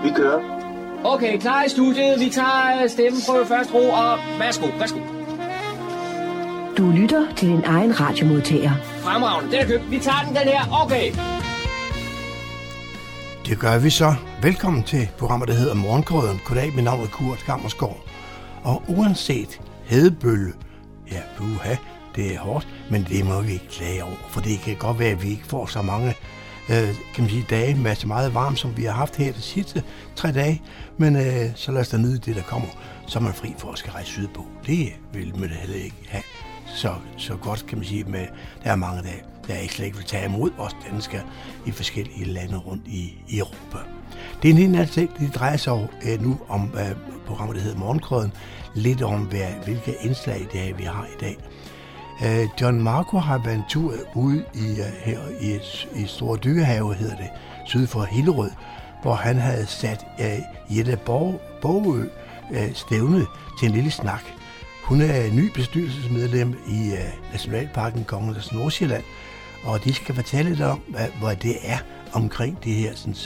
Vi kører. Okay, klar i studiet. Vi tager stemmeprøve først, ro, og værsgo. Du lytter til din egen radiomodtager. Fremragende, den er købt. Vi tager den her. Okay. Det gør vi så. Velkommen til programmet, der hedder Morgengrøden. Goddag, mit navn er Kurt Kammersgaard. Og uanset hedebølge, ja, puha, det er hårdt, men det må vi ikke klage over, for det kan godt være, at vi ikke får så mange kan man sige, dage med så meget varmt, som vi har haft her de sidste 3 dage, men så lad os da nyde det, der kommer, så er man fri for at skal rejse sydpå. Det vil man heller ikke have så godt, kan man sige, med der er mange dage, der ikke slet ikke vil tage imod os danskere i forskellige lande rundt i Europa. Det er en helt anden ting, det drejer sig nu om programmet, der hedder Morgengrøden, lidt om, hvilke indslag det er, vi har i dag. John Marco har været en tur ude her i Store Dyrehave, hedder det, syd for Hillerød, hvor han havde sat Jette Borgø stævnet til en lille snak. Hun er ny bestyrelsesmedlem i Nationalparken Kongernes Nordsjælland, og de skal fortælle lidt om, hvad det er omkring det her, sådan,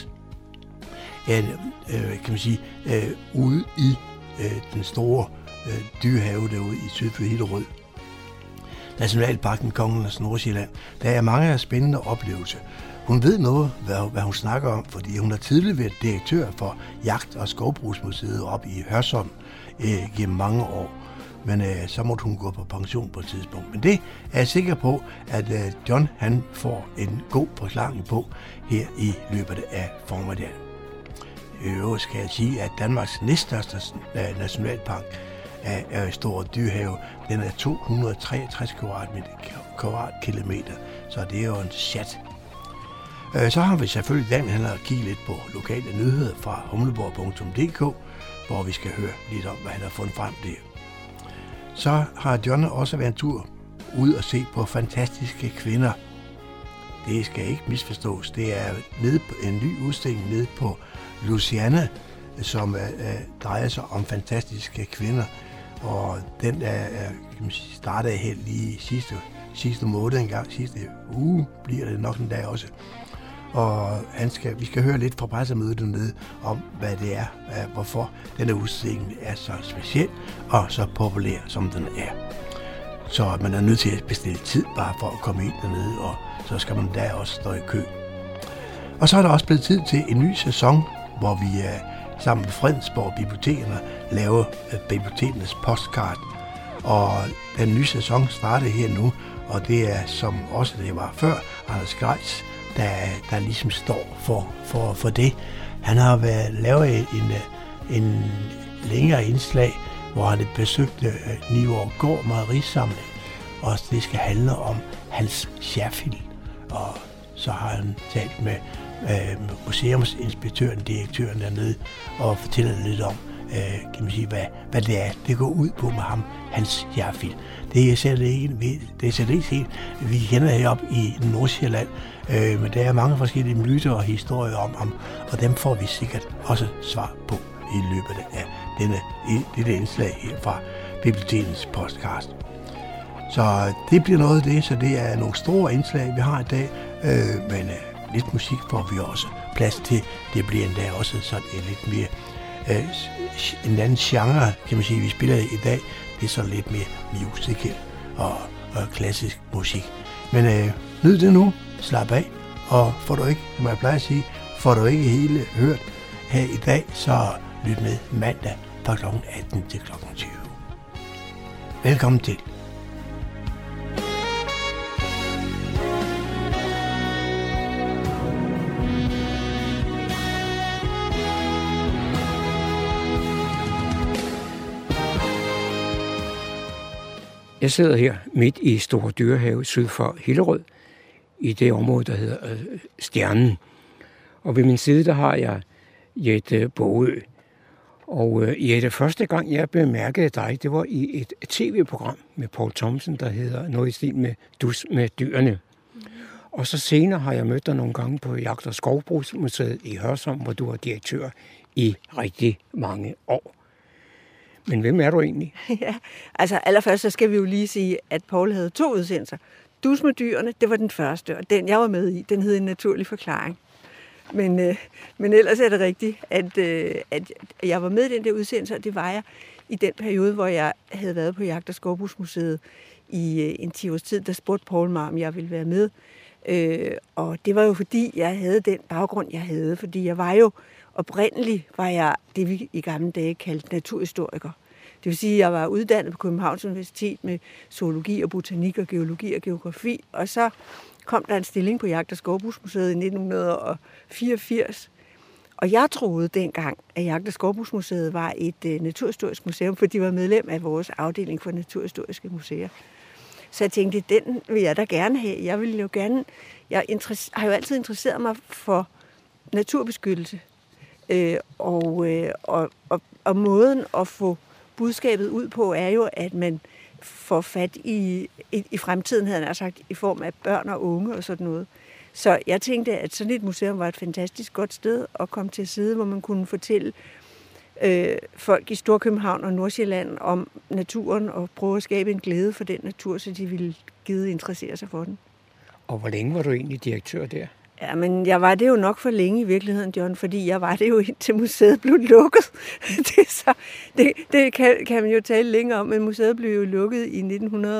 kan man sige, ude i den store dyrehave derude i syd for Hillerød. Nationalparken Kongernes Nordsjælland. Der er mange spændende oplevelser. Hun ved noget, hvad hun snakker om, fordi hun har tidligere været direktør for Jagt- og Skovbrugsmuseet op i Hørsholm gennem mange år. Men så måtte hun gå på pension på et tidspunkt. Men det er jeg sikker på, at John han får en god forklaring på her i løbet af formiddagen. I øvrigt skal jeg sige, at Danmarks næststørste nationalpark er Store Dyrehave. Den er 263 kvadratkilometer, så det er jo en chat. Så har vi selvfølgelig den, han har kigget lidt på lokale nyheder fra humleborg.dk, hvor vi skal høre lidt om, hvad han har fundet frem der. Så har John også været en tur ud og se på fantastiske kvinder. Det skal ikke misforstås. Det er nede på en ny udstilling nede på Luciana, som drejer sig om fantastiske kvinder. Og den startede helt lige sidste måned engang, sidste uge bliver det nok en dag også. Og vi skal høre lidt fra pressemødet dernede om, hvad det er, hvorfor denne udstilling er så speciel og så populær, som den er. Så man er nødt til at bestille tid bare for at komme ind dernede, og så skal man der også stå i kø. Og så er der også blevet tid til en ny sæson, hvor vi sammen med Fredensborg Bibliotekerne laver bibliotekernes postkort. Og den nye sæson starter her nu, og det er, som også det var før, Anders Grejs, der ligesom står for det. Han har lavet en længere indslag, hvor han besøgte Nivågård Mejerisamling, og det skal handle om Hans Scherfeld. Og så har han talt med museumsinspektøren, direktøren dernede, og fortæller lidt om, kan man sige, hvad det er, det går ud på med ham, Hans Scherfeld. Det er slet ikke vi kender heroppe i Nordsjælland, men der er mange forskellige myter og historier om ham, og dem får vi sikkert også svar på i løbet af dette indslag her fra Bibliotekens podcast. Så det bliver noget af det, så det er nogle store indslag, vi har i dag, men lidt musik får vi også plads til. Det bliver endda også sådan en lidt mere en anden genre, kan man sige, vi spiller i dag. Det er så lidt mere musical og klassisk musik. Men nyd det nu, slap af, og får du ikke, som jeg plejer at sige, får du ikke hele hørt her i dag, så lyt med mandag fra kl. 18 til kl. 20. Velkommen til. Jeg sidder her midt i Store Dyrehave syd for Hillerød, i det område, der hedder Stjernen. Og ved min side, der har jeg Jette Borgø. Og Jette, første gang jeg bemærkede dig, det var i et tv-program med Poul Thomsen, der hedder noget i stil med Dus med dyrene. Og så senere har jeg mødt dig nogle gange på Jagt- og Skovbrugsmuseet i Hørsholm, hvor du var direktør i rigtig mange år. Men hvem er du egentlig? Ja, altså allerførst så skal vi jo lige sige, at Poul havde 2 udsendelser. Dus med dyrene, det var den første, og den jeg var med i, den hed En naturlig forklaring. Men ellers er det rigtigt, at jeg var med i den der udsendelse, og det var jeg i den periode, hvor jeg havde været på Jagt- og Skovbrugsmuseet i en 10 års tid, der spurgte Poul mig, om jeg ville være med. Og det var jo fordi, jeg havde den baggrund, jeg havde. Fordi jeg var jo oprindeligt, det vi i gamle dage kaldte naturhistoriker. Det vil sige, at jeg var uddannet på Københavns Universitet med zoologi og botanik og geologi og geografi. Og så kom der en stilling på Jagt- og Skovbrugsmuseet i 1984. Og jeg troede dengang, at Jagt- og Skovbrugsmuseet var et naturhistorisk museum, for de var medlem af vores afdeling for naturhistoriske museer. Så jeg tænkte, den vil jeg da gerne have. Jeg har jo altid interesseret mig for naturbeskyttelse. Og måden at få budskabet ud på er jo, at man får fat i fremtiden, havde jeg sagt, i form af børn og unge og sådan noget. Så jeg tænkte, at sådan et museum var et fantastisk godt sted at komme til side, hvor man kunne fortælle folk i Storkøbenhavn og Nordsjælland om naturen og prøve at skabe en glæde for den natur, så de ville gide interessere sig for den. Og hvor længe var du egentlig direktør der? Ja, men jeg var det jo nok for længe i virkeligheden, John, fordi jeg var det jo indtil museet blev lukket. Det kan man jo tale længere om, men museet blev jo lukket i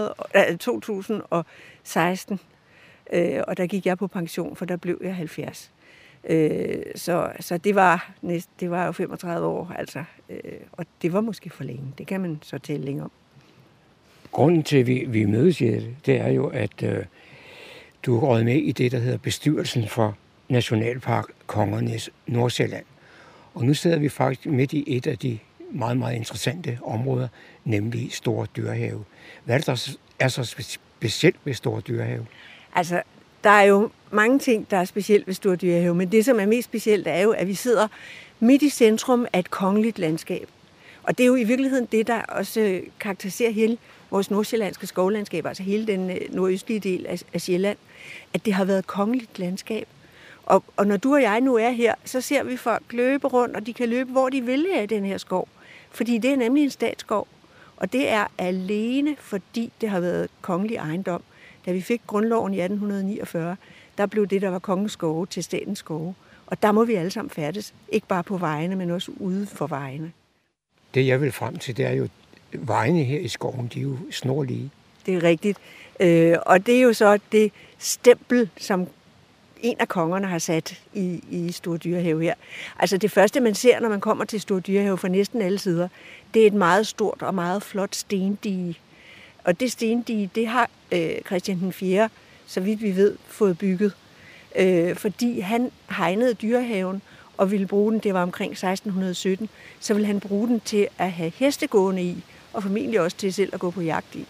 2016. Og der gik jeg på pension, for der blev jeg 70. Så det var jo 35 år, altså. Og det var måske for længe. Det kan man så tale længere om. Grunden til, at vi mødes, det er jo, at du er røget med i det, der hedder bestyrelsen for Nationalpark Kongernes Nordsjælland. Og nu sidder vi faktisk midt i et af de meget, meget interessante områder, nemlig Store Dyrehave. Hvad er det, der er så specielt ved Store Dyrehave? Altså, der er jo mange ting, der er specielt ved Store Dyrehave, men det, som er mest specielt, er jo, at vi sidder midt i centrum af et kongeligt landskab. Og det er jo i virkeligheden det, der også karakteriserer hele vores nordsjællandske skovlandskab, altså hele den nordøstlige del af Sjælland, at det har været et kongeligt landskab. Og når du og jeg nu er her, så ser vi folk løbe rundt, og de kan løbe, hvor de vil af den her skov. Fordi det er nemlig en statsskov, og det er alene, fordi det har været kongelig ejendom. Da vi fik grundloven i 1849, der blev det, der var kongens skove, til statens skove. Og der må vi alle sammen færdes, ikke bare på vejene, men også ude for vejene. Det, jeg vil frem til, det er jo, vejene her i skoven, de er jo snorlige. Det er rigtigt. Og det er jo så det stempel, som en af kongerne har sat i Store Dyrehave her. Altså det første, man ser, når man kommer til Store Dyrehave fra næsten alle sider, det er et meget stort og meget flot stendige. Og det stendige, det har Christian den 4., så vidt vi ved, fået bygget. Fordi han hegnede Dyrehaven og ville bruge den, det var omkring 1617, så ville han bruge den til at have hestegående i, og formentlig også til selv at gå på jagt i.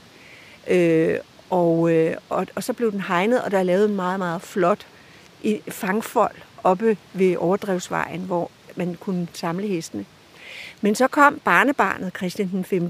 Og så blev den hegnet, og der er lavet en meget, meget flot fangfold oppe ved Overdrevsvejen, hvor man kunne samle hestene. Men så kom barnebarnet, Christian den 5.,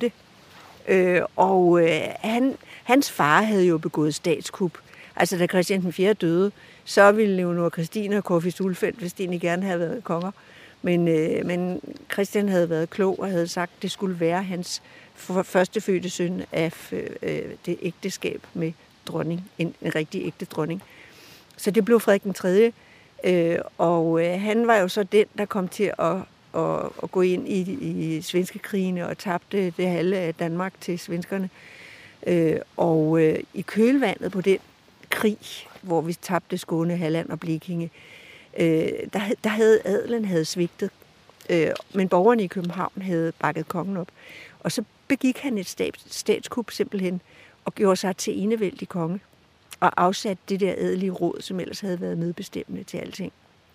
hans far havde jo begået statskup. Altså da Christian den 4. døde, så ville Leonora Christina og Corfitz Ulfeldt vist egentlig gerne have været konger. Men Christian havde været klog og havde sagt, at det skulle være hans førstefødte søn af det ægteskab med dronning, en rigtig ægte dronning. Så det blev Frederik den 3. Og han var jo så den, der kom til at gå ind i svenskekrigene og tabte det halve af Danmark til svenskerne. Og i kølvandet på den krig, hvor vi tabte Skåne, Halland og Blekinge, der havde adelen svigtet, men borgerne i København havde bakket kongen op. Og så begik han et statskup simpelthen, og gjorde sig til enevældig konge, og afsatte det der adelige råd, som ellers havde været medbestemmende til alting.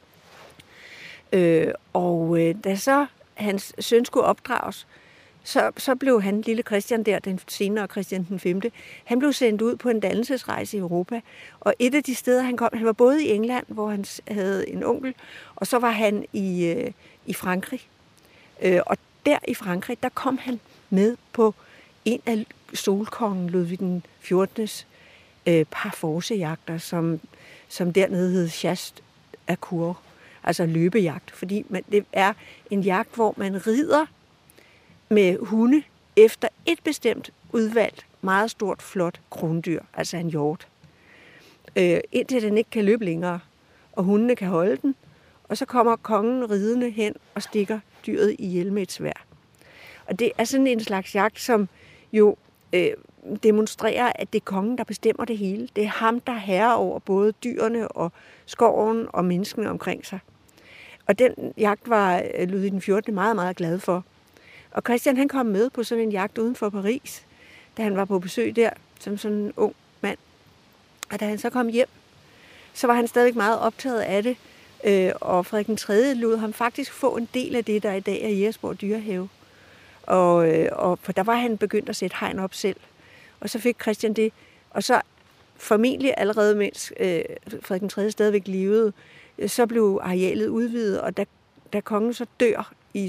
Da så hans søn skulle opdrages, så blev han, lille Christian der, den senere Christian den 5., han blev sendt ud på en dannelsesrejse i Europa. Og et af de steder, han var både i England, hvor han havde en onkel, og så var han i Frankrig. Og der i Frankrig, der kom han med på en af solkongen Ludvig den 14. parforcejagter, som dernede hed chasse à courre, altså løbejagt. Fordi det er en jagt, hvor man rider med hunde efter et bestemt udvalgt, meget stort, flot krondyr, altså en hjort. Indtil den ikke kan løbe længere, og hundene kan holde den, og så kommer kongen ridende hen og stikker dyret ihjel med et sværd. Og det er sådan en slags jagt, som jo demonstrerer, at det er kongen, der bestemmer det hele. Det er ham, der herrer over både dyrene og skoven og menneskene omkring sig. Og den jagt var Ludvig den 14. meget, meget glad for. Og Christian han kom med på sådan en jagt uden for Paris, da han var på besøg der som sådan en ung mand. Og da han så kom hjem, så var han stadig meget optaget af det. Og Frederik den 3. lod ham faktisk få en del af det, der i dag er Jægersborg Dyrehave. Og for der var han begyndt at sætte hegn op selv. Og så fik Christian det. Og så formentlig allerede, mens Frederik den 3. stadigvæk levede, så blev arealet udvidet. Og da kongen så dør i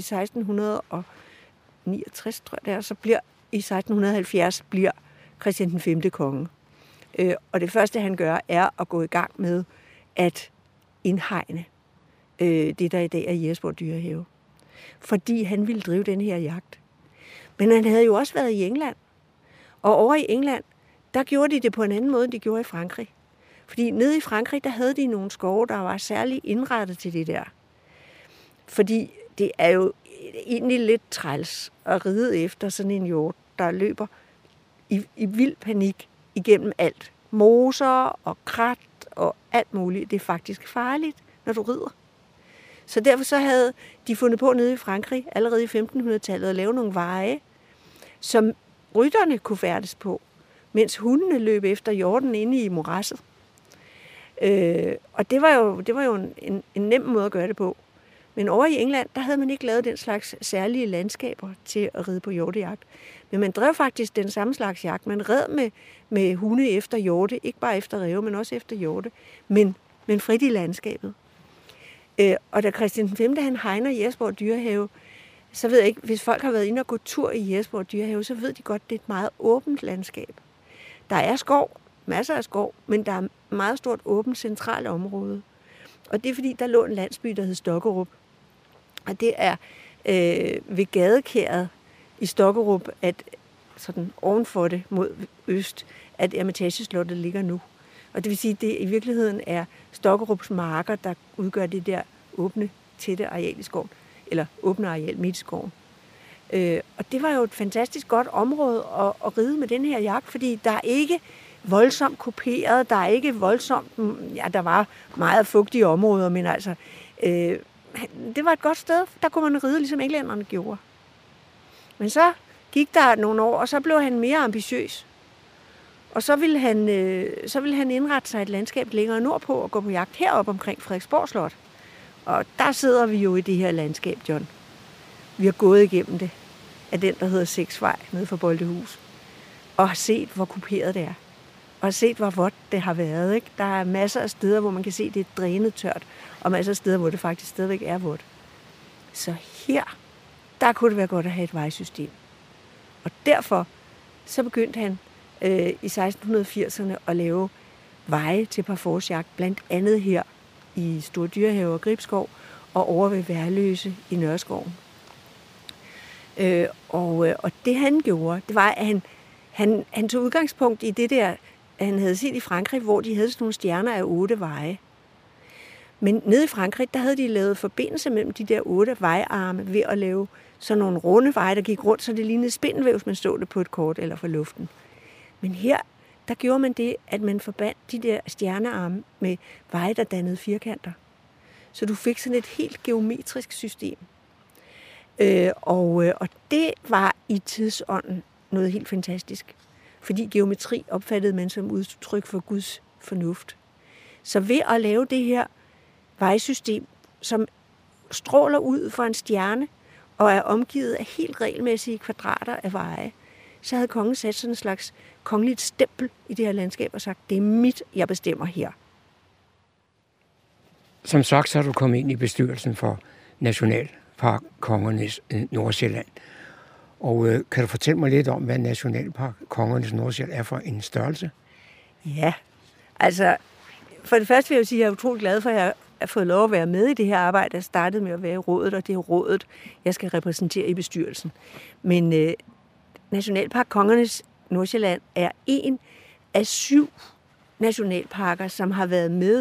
1669, tror jeg det er, så bliver i 1670 bliver Christian den 5. konge. Og det første, han gør, er at gå i gang med at indhegne det, der i dag er Jægersborg Dyrehave. Fordi han ville drive den her jagt. Men han havde jo også været i England. Og over i England, der gjorde de det på en anden måde, end de gjorde i Frankrig. Fordi nede i Frankrig, der havde de nogle skove, der var særligt indrettet til det der. Fordi det er jo egentlig lidt træls at ride efter sådan en hjort, der løber i vild panik igennem alt. Moser og krat og alt muligt. Det er faktisk farligt, når du rider. Så derfor så havde de fundet på nede i Frankrig, allerede i 1500-tallet, at lave nogle veje, som rytterne kunne færdes på, mens hundene løb efter hjorten inde i morasset. Og det var jo en nem måde at gøre det på. Men over i England, der havde man ikke lavet den slags særlige landskaber til at ride på hjortejagt. Men man drev faktisk den samme slags jagt. Man red med hunde efter hjorte, ikke bare efter ræve, men også efter hjorte, men frit i landskabet. Og da Christian den 5. han hegner Jægersborg Dyrehave, så ved jeg ikke, hvis folk har været inde og gå tur i Jægersborg Dyrehave, så ved de godt, det er et meget åbent landskab. Der er skov, masser af skov, men der er et meget stort åbent centralt område. Og det er fordi, der lå en landsby, der hed Stokkerup. Og det er ved gadekæret i Stokkerup, at sådan ovenfor det mod øst, at Eremitageslottet ligger nu. Og det vil sige, at det i virkeligheden er Stokkerups marker, der udgør det der åbne, tætte areal i skoven, eller åbne areal midt i skoven. Og det var jo et fantastisk godt område at ride med den her jagt, fordi der er ikke voldsomt kuperet, der er ikke voldsomt, ja, der var meget fugtige områder, men altså, det var et godt sted, der kunne man ride, ligesom englænderne gjorde. Men så gik der nogle år, og så blev han mere ambitiøs. Og så ville han indrette sig et landskab længere nordpå og gå på jagt heroppe omkring Frederiksborg Slot. Og der sidder vi jo i det her landskab, John. Vi har gået igennem det af den, der hedder Seksvej nede for Boldehus. Og har set, hvor kuperet det er. Og har set, hvor vådt det har været. Ikke? Der er masser af steder, hvor man kan se, at det er drænet tørt. Og masser af steder, hvor det faktisk stadigvæk er vådt. Så her, der kunne det være godt at have et vejsystem. Og derfor så begyndte han i 1680'erne at lave veje til parforcejagt, blandt andet her i Store Dyrehave og Gribskov og over ved Værløse i Nørreskoven. Og det han gjorde, det var, at han tog udgangspunkt i det der, han havde set i Frankrig, hvor de havde sådan nogle stjerner af 8 veje. Men nede i Frankrig, der havde de lavet forbindelse mellem de der 8 vejarme ved at lave sådan nogle runde veje, der gik rundt, så det lignede spindelvæv, hvis man stod det på et kort eller for luften. Men her, der gjorde man det, at man forbandt de der stjernearme med veje, der dannede firkanter. Så du fik sådan et helt geometrisk system. Og det var i tidsånden noget helt fantastisk. Fordi geometri opfattede man som udtryk for Guds fornuft. Så ved at lave det her vejsystem, som stråler ud fra en stjerne og er omgivet af helt regelmæssige kvadrater af veje, så havde kongen sat sådan en slags kongeligt stempel i det her landskab og sagt, det er mit, jeg bestemmer her. Som sagt, så er du kommet ind i bestyrelsen for Nationalpark Kongernes Nordsjælland. Og kan du fortælle mig lidt om, hvad Nationalpark Kongernes Nordsjælland er for en størrelse? Ja, altså for det første vil jeg jo sige, at jeg er utrolig glad for, at jeg har fået lov at være med i det her arbejde. Jeg startede med at være i rådet, og det er rådet, jeg skal repræsentere i bestyrelsen. Men Nationalpark Kongernes Nordsjælland er en af 7 nationalparker, som har været med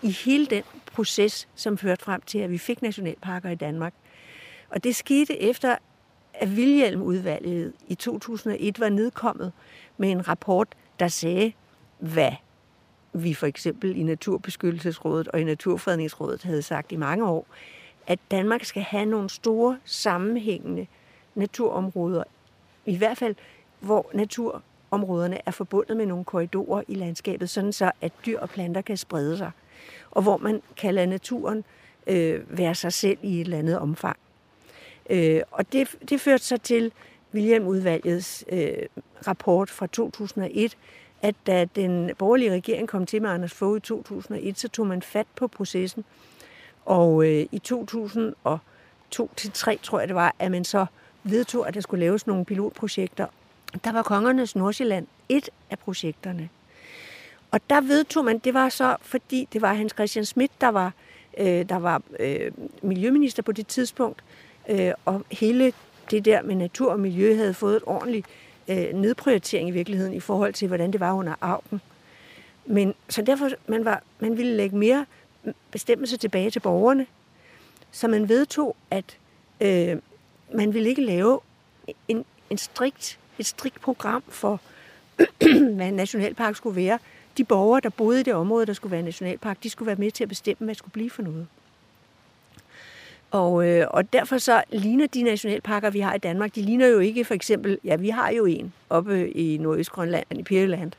i hele den proces, som førte frem til, at vi fik nationalparker i Danmark. Og det skete efter, at Wilhjelm-udvalget i 2001 var nedkommet med en rapport, der sagde, hvad vi for eksempel i Naturbeskyttelsesrådet og i Naturfredningsrådet havde sagt i mange år, at Danmark skal have nogle store sammenhængende naturområder, i hvert fald hvor naturområderne er forbundet med nogle korridorer i landskabet, sådan så at dyr og planter kan sprede sig, og hvor man kan lade naturen være sig selv i et eller andet omfang. Og det førte så til Wilhjelm-udvalgets rapport fra 2001, at da den borgerlige regering kom til med Anders Fogh i 2001, så tog man fat på processen. Og i 2002-2003, tror jeg det var, at man så vedtog, at der skulle laves nogle pilotprojekter. Der var Kongernes Nordsjælland et af projekterne. Og der vedtog man, det var så, fordi det var Hans Christian Schmidt, der var miljøminister på det tidspunkt, og hele det der med natur og miljø havde fået et ordentligt nedprioritering i virkeligheden i forhold til, hvordan det var under Auken. Men så derfor, man ville lægge mere bestemmelse tilbage til borgerne, så man vedtog, at man ville ikke lave et strikt program for, hvad en nationalpark skulle være. De borgere, der boede i det område, der skulle være en nationalpark, de skulle være med til at bestemme, hvad det skulle blive for noget. Og derfor så ligner de nationalparker, vi har i Danmark, de ligner jo ikke for eksempel, ja, vi har jo en oppe i Nordøstgrønland, i Pirkeland,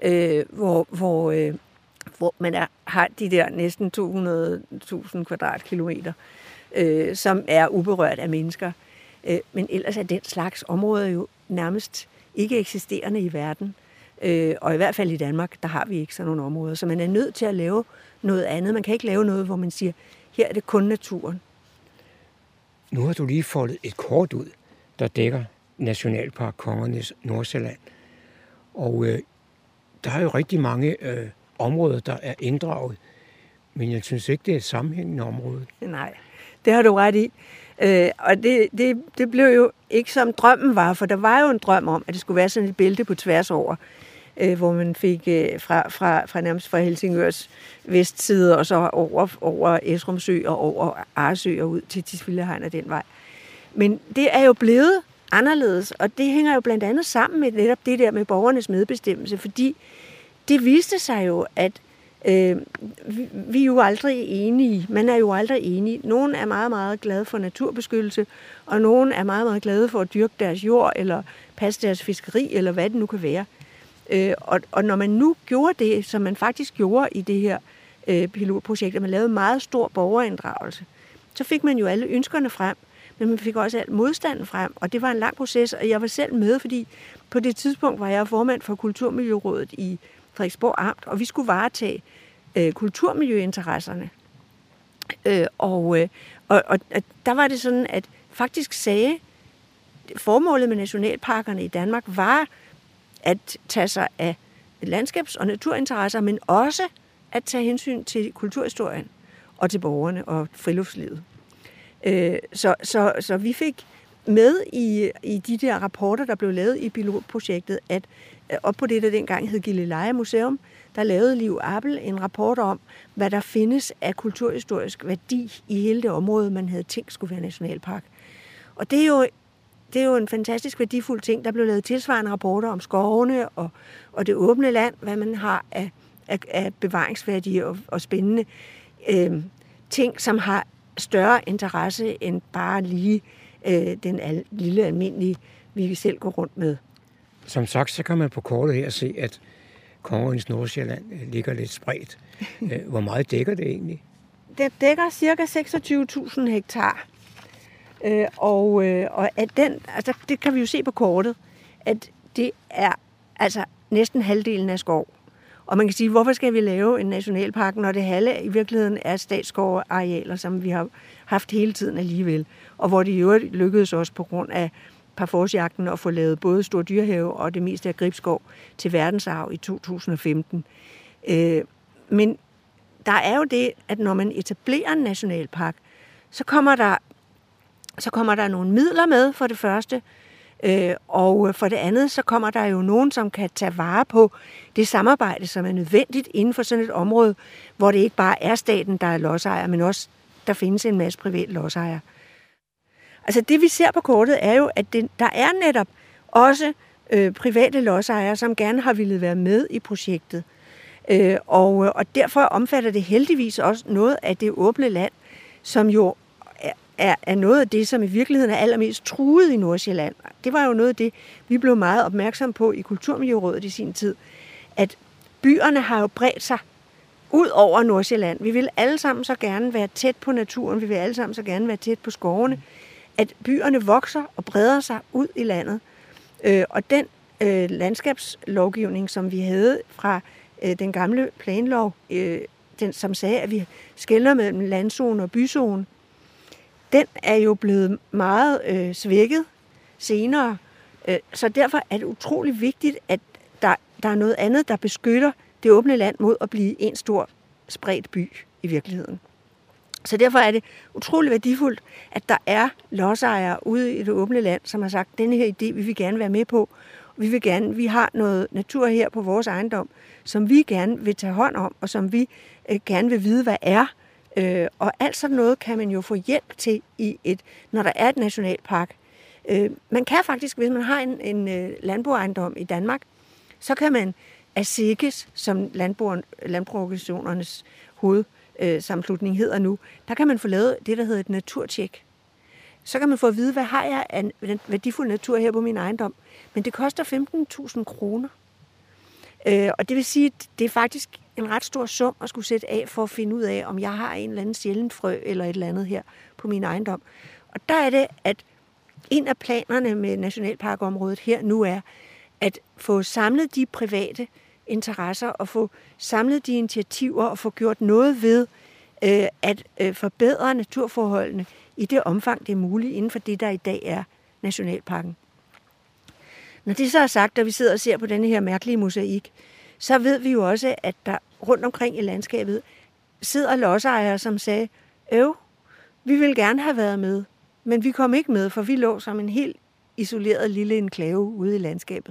hvor man har de der næsten 200.000 kvadratkilometer, som er uberørt af mennesker. Men ellers er den slags områder jo nærmest ikke eksisterende i verden. Og i hvert fald i Danmark, der har vi ikke sådan nogle områder. Så man er nødt til at lave noget andet. Man kan ikke lave noget, hvor man siger, her er det kun naturen. Nu har du lige foldet et kort ud, der dækker Nationalpark Kongernes Nordsjælland. Og der er jo rigtig mange områder, der er inddraget. Men jeg synes ikke, det er et sammenhængende område. Nej, det har du ret i. Og det blev jo ikke som drømmen var, for der var jo en drøm om, at det skulle være sådan et bælte på tværs over, hvor man fik fra nærmest fra Helsingørs vestside, og så over Esrumsø og over Arsø og ud til Tisvildehegn og den vej. Men det er jo blevet anderledes, og det hænger jo blandt andet sammen med netop det der med borgernes medbestemmelse, fordi det viste sig jo, at vi er jo aldrig enige. Man er jo aldrig enige. Nogen er meget, meget glade for naturbeskyttelse, og nogen er meget, meget glade for at dyrke deres jord, eller passe deres fiskeri, eller hvad det nu kan være. Og når man nu gjorde det, som man faktisk gjorde i det her pilotprojekt, at man lavede meget stor borgerinddragelse, så fik man jo alle ønskerne frem, men man fik også al modstanden frem, og det var en lang proces, og jeg var selv med, fordi på det tidspunkt var jeg formand for Kulturmiljørådet i Frederiksborg Amt, og vi skulle varetage kulturmiljøinteresserne. Og der var det sådan, at faktisk sagde, formålet med nationalparkerne i Danmark var at tage sig af landskabs- og naturinteresser, men også at tage hensyn til kulturhistorien og til borgerne og friluftslivet. Så vi fik med i de der rapporter, der blev lavet i pilotprojektet, at op på det, der dengang hed Gilleleje Museum, der lavede Liv Appel en rapport om, hvad der findes af kulturhistorisk værdi i hele det område, man havde tænkt skulle være nationalpark. Og det er jo en fantastisk værdifuld ting. Der blev lavet tilsvarende rapporter om skovene og det åbne land, hvad man har af bevaringsværdige og spændende ting, som har større interesse end bare lige den lille almindelige, vi selv går rundt med. Som sagt, så kan man på kortet her se, at Kongernes Nordsjælland ligger lidt spredt. Hvor meget dækker det egentlig? Det dækker ca. 26.000 hektar. Og at altså det kan vi jo se på kortet, at det er altså næsten halvdelen af skov. Og man kan sige, hvorfor skal vi lave en nationalpark, når det halve i virkeligheden er statsskovarealer, som vi har haft hele tiden alligevel. Og hvor det i øvrigt lykkedes også på grund af Parforcejagten at få lavet både Stor Dyrehave og det meste af Gribskov til verdensarv i 2015. Men der er jo det, at når man etablerer en nationalpark, så kommer der nogle midler med for det første. Og for det andet, så kommer der jo nogen, som kan tage vare på det samarbejde, som er nødvendigt inden for sådan et område, hvor det ikke bare er staten, der er lodsejer, men også der findes en masse private lodsejere. Altså det, vi ser på kortet, er jo, at der er netop også private lodsejere, som gerne har ville være med i projektet. Og derfor omfatter det heldigvis også noget af det åbne land, som jo er noget af det, som i virkeligheden er allermest truet i Nordsjælland. Det var jo noget af det, vi blev meget opmærksom på i Kulturmiljørådet i sin tid, at byerne har jo bredt sig ud over Nordsjælland. Vi vil alle sammen så gerne være tæt på naturen, vi vil alle sammen så gerne være tæt på skovene, at byerne vokser og breder sig ud i landet. Og den landskabslovgivning, som vi havde fra den gamle planlov, som sagde, at vi skelner mellem landzone og byzone, den er jo blevet meget svækket senere. Så derfor er det utrolig vigtigt, at der er noget andet, der beskytter det åbne land mod at blive en stor spredt by i virkeligheden. Så derfor er det utrolig værdifuldt, at der er lodsejere ude i det åbne land, som har sagt, denne her idé vil vi gerne være med på. Vi har noget natur her på vores ejendom, som vi gerne vil tage hånd om, og som vi gerne vil vide, hvad er. Og alt sådan noget kan man jo få hjælp til, når der er et nationalpark. Man kan faktisk, hvis man har en landboejendom i Danmark, så kan man ASEKES, som landbrugsorganisationernes hovedsammenslutning hedder nu, der kan man få lavet det, der hedder et naturtjek. Så kan man få at vide, hvad har jeg af værdifuld natur her på min ejendom. Men det koster 15.000 kroner. Og det vil sige, at det er faktisk en ret stor sum at skulle sætte af for at finde ud af, om jeg har en eller anden sjælden frø eller et eller andet her på min ejendom. Og der er det, at en af planerne med nationalparkområdet her nu er at få samlet de private interesser og få samlet de initiativer og få gjort noget ved at forbedre naturforholdene i det omfang, det er muligt inden for det, der i dag er nationalparken. Når det så er sagt, og vi sidder og ser på denne her mærkelige mosaik, så ved vi jo også, at der rundt omkring i landskabet sidder lodsejere, som sagde, vi vil gerne have været med, men vi kom ikke med, for vi lå som en helt isoleret lille enklave ude i landskabet.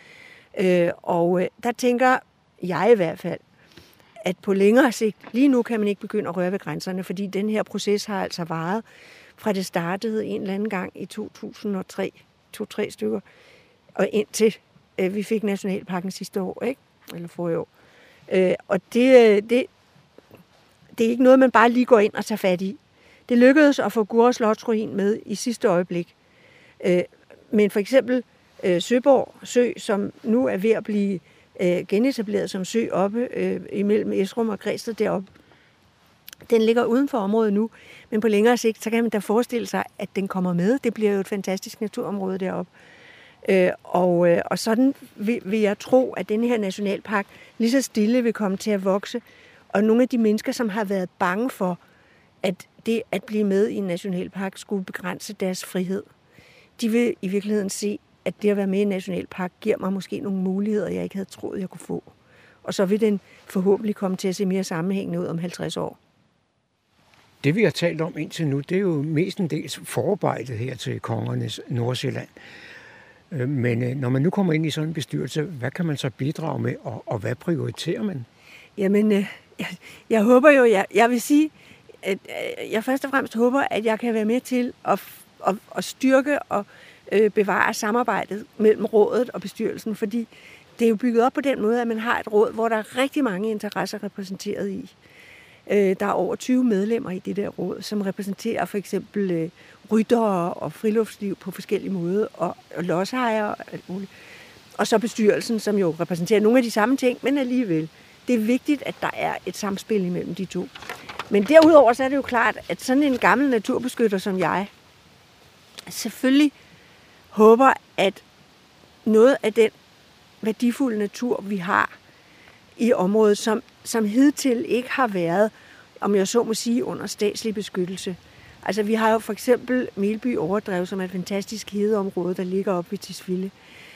Og der tænker jeg i hvert fald, at på længere sigt, lige nu kan man ikke begynde at røre ved grænserne, fordi den her proces har altså varet fra det startede en eller anden gang i 2003, 2-3 stykker, og indtil vi fik nationalparken sidste år, ikke? Eller forrige år. Og det er ikke noget, man bare lige går ind og tager fat i. Det lykkedes at få Gurre Slotsruin med i sidste øjeblik. Men for eksempel Søborg Sø, som nu er ved at blive genetableret som sø oppe imellem Esrum og Græsted deroppe, den ligger uden for området nu, men på længere sigt, så kan man da forestille sig, at den kommer med. Det bliver jo et fantastisk naturområde deroppe. Og sådan vil jeg tro, at denne her nationalpark lige så stille vil komme til at vokse. Og nogle af de mennesker, som har været bange for, at det at blive med i en nationalpark skulle begrænse deres frihed, de vil i virkeligheden se, at det at være med i en nationalpark giver mig måske nogle muligheder, jeg ikke havde troet, jeg kunne få. Og så vil den forhåbentlig komme til at se mere sammenhængende ud om 50 år. Det vi har talt om indtil nu, det er jo mestendels forarbejdet her til Kongernes Nordsjælland. Men når man nu kommer ind i sådan en bestyrelse, hvad kan man så bidrage med, og hvad prioriterer man? Jamen, jeg håber jo, jeg vil sige, at jeg først og fremmest håber, at jeg kan være med til at styrke og bevare samarbejdet mellem rådet og bestyrelsen, fordi det er jo bygget op på den måde, at man har et råd, hvor der er rigtig mange interesser repræsenteret i. Der er over 20 medlemmer i det der råd, som repræsenterer for eksempel ryttere og friluftsliv på forskellige måder, og lodsejere og alt muligt. Og så bestyrelsen, som jo repræsenterer nogle af de samme ting, men alligevel. Det er vigtigt, at der er et samspil imellem de to. Men derudover så er det jo klart, at sådan en gammel naturbeskytter som jeg, selvfølgelig håber, at noget af den værdifulde natur, vi har i området, som hidtil ikke har været, om jeg så må sige, under statslig beskyttelse. Altså vi har jo for eksempel Melby Overdrev, som er et fantastisk hedeområde, der ligger oppe ved Tisvilde.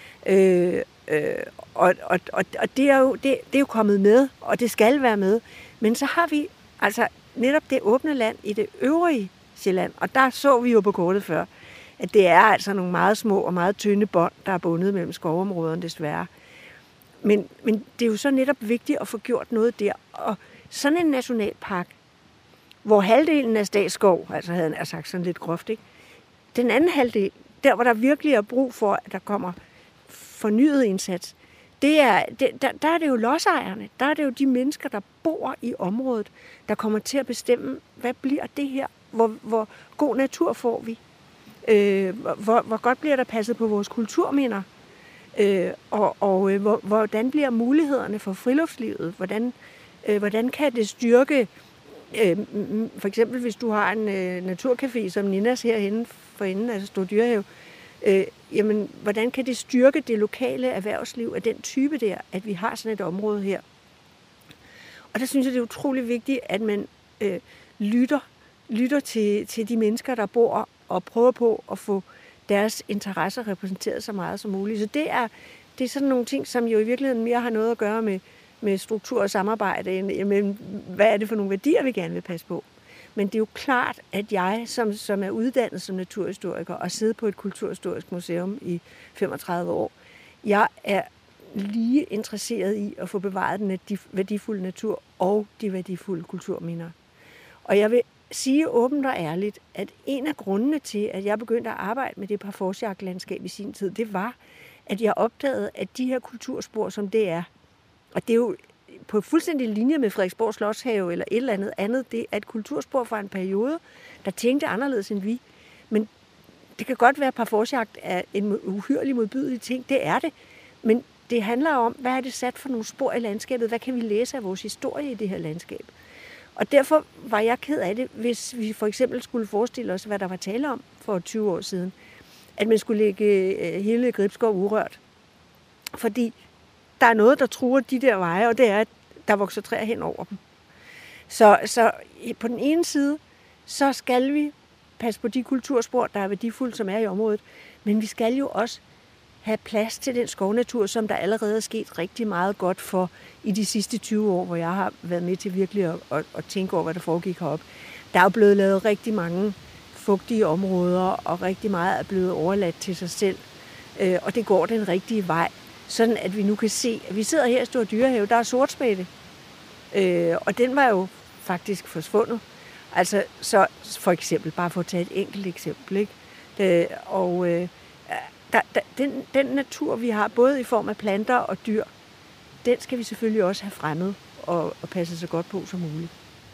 Og det er jo kommet med, og det skal være med. Men så har vi altså netop det åbne land i det øvrige Sjælland, og der så vi jo på kortet før, at det er altså nogle meget små og meget tynde bånd, der er bundet mellem skovområderne desværre. Men det er jo så netop vigtigt at få gjort noget der. Og sådan en nationalpark, hvor halvdelen er statsskov, altså havde han sagt sådan lidt groft, ikke? Den anden halvdel, der hvor der virkelig er brug for, at der kommer fornyet indsats, der er det jo lodsejerne, der er det jo de mennesker, der bor i området, der kommer til at bestemme, hvad bliver det her, hvor god natur får vi, hvor godt bliver der passet på vores kulturminder, og hvordan bliver mulighederne for friluftslivet, hvordan kan det styrke, for eksempel hvis du har en naturcafé som Ninas herhenne for enden af Store Dyrehave, jamen, hvordan kan det styrke det lokale erhvervsliv af den type der, at vi har sådan et område her. Og der synes jeg, det er utrolig vigtigt, at man lytter til de mennesker, der bor, og prøver på at få deres interesser repræsenteret så meget som muligt. Så det er sådan nogle ting, som jo i virkeligheden mere har noget at gøre med struktur og samarbejde, end hvad er det for nogle værdier, vi gerne vil passe på. Men det er jo klart, at jeg, som er uddannet som naturhistoriker og sidder på et kulturhistorisk museum i 35 år, jeg er lige interesseret i at få bevaret den værdifulde natur og de værdifulde kulturminder. Og jeg vil sige åbent og ærligt, at en af grundene til, at jeg begyndte at arbejde med det parforcejagtlandskab i sin tid, det var, at jeg opdagede, at de her kulturspor, som det er, og det er jo på fuldstændig linje med Frederiksborg Slotshave eller et eller andet, det er et kulturspor fra en periode, der tænkte anderledes end vi. Men det kan godt være, at parforcejagt er en uhyrlig modbydelig ting. Det er det. Men det handler om, hvad er det sat for nogle spor i landskabet? Hvad kan vi læse af vores historie i det her landskab? Og derfor var jeg ked af det, hvis vi for eksempel skulle forestille os, hvad der var tale om for 20 år siden. At man skulle lægge hele Gribskov urørt. Fordi der er noget, der truer de der veje, og det er, at der vokser træer hen over dem. Så på den ene side, så skal vi passe på de kulturspor, der er værdifulde, som er i området, men vi skal jo også have plads til den skovnatur, som der allerede er sket rigtig meget godt for i de sidste 20 år, hvor jeg har været med til virkelig at tænke over, hvad der foregik heroppe. Der er jo blevet lavet rigtig mange fugtige områder, og rigtig meget er blevet overladt til sig selv, og det går den rigtige vej. Sådan at vi nu kan se, at vi sidder her i Store Dyrehave, der er sortspætte, og den var jo faktisk forsvundet. Altså, så for eksempel, bare for at tage et enkelt eksempel, ikke? Den natur, vi har, både i form af planter og dyr, den skal vi selvfølgelig også have fremmet og passe så godt på som muligt.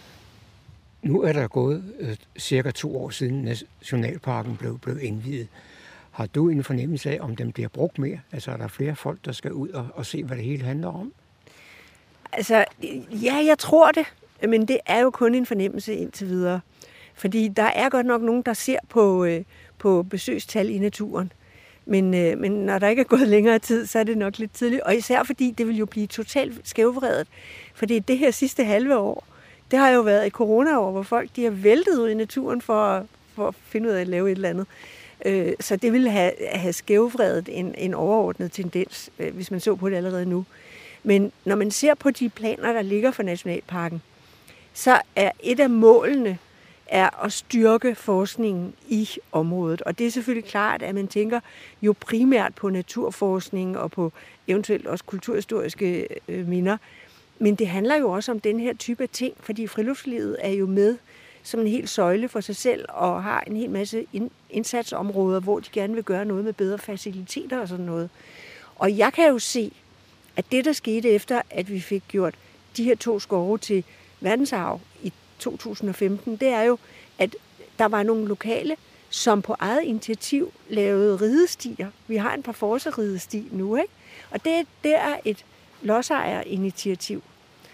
Nu er der gået cirka 2 år siden nationalparken blev indviet. Har du en fornemmelse af, om den bliver brugt mere? Altså er der flere folk, der skal ud og se, hvad det hele handler om? Altså, ja, jeg tror det. Men det er jo kun en fornemmelse indtil videre. Fordi der er godt nok nogen, der ser på besøgstal i naturen. Men når der ikke er gået længere tid, så er det nok lidt tidligt. Og især fordi det vil jo blive totalt skævvredet. Fordi det her sidste halve år, det har jo været et coronaår, hvor folk de har væltet ud i naturen for at finde ud af at lave et eller andet. Så det ville have skævvredet en overordnet tendens, hvis man så på det allerede nu. Men når man ser på de planer, der ligger for nationalparken, så er et af målene at styrke forskningen i området. Og det er selvfølgelig klart, at man tænker jo primært på naturforskning og på eventuelt også kulturhistoriske minder. Men det handler jo også om den her type af ting, fordi friluftslivet er jo med som en helt søjle for sig selv og har en hel masse indsatsområder, hvor de gerne vil gøre noget med bedre faciliteter og sådan noget. Og jeg kan jo se, at det, der skete efter, at vi fik gjort de her 2 skove til verdensarv i 2015, det er jo, at der var nogle lokale, som på eget initiativ lavede ridestier. Vi har en parforceridesti nu, ikke? Og det er et lodsejerinitiativ.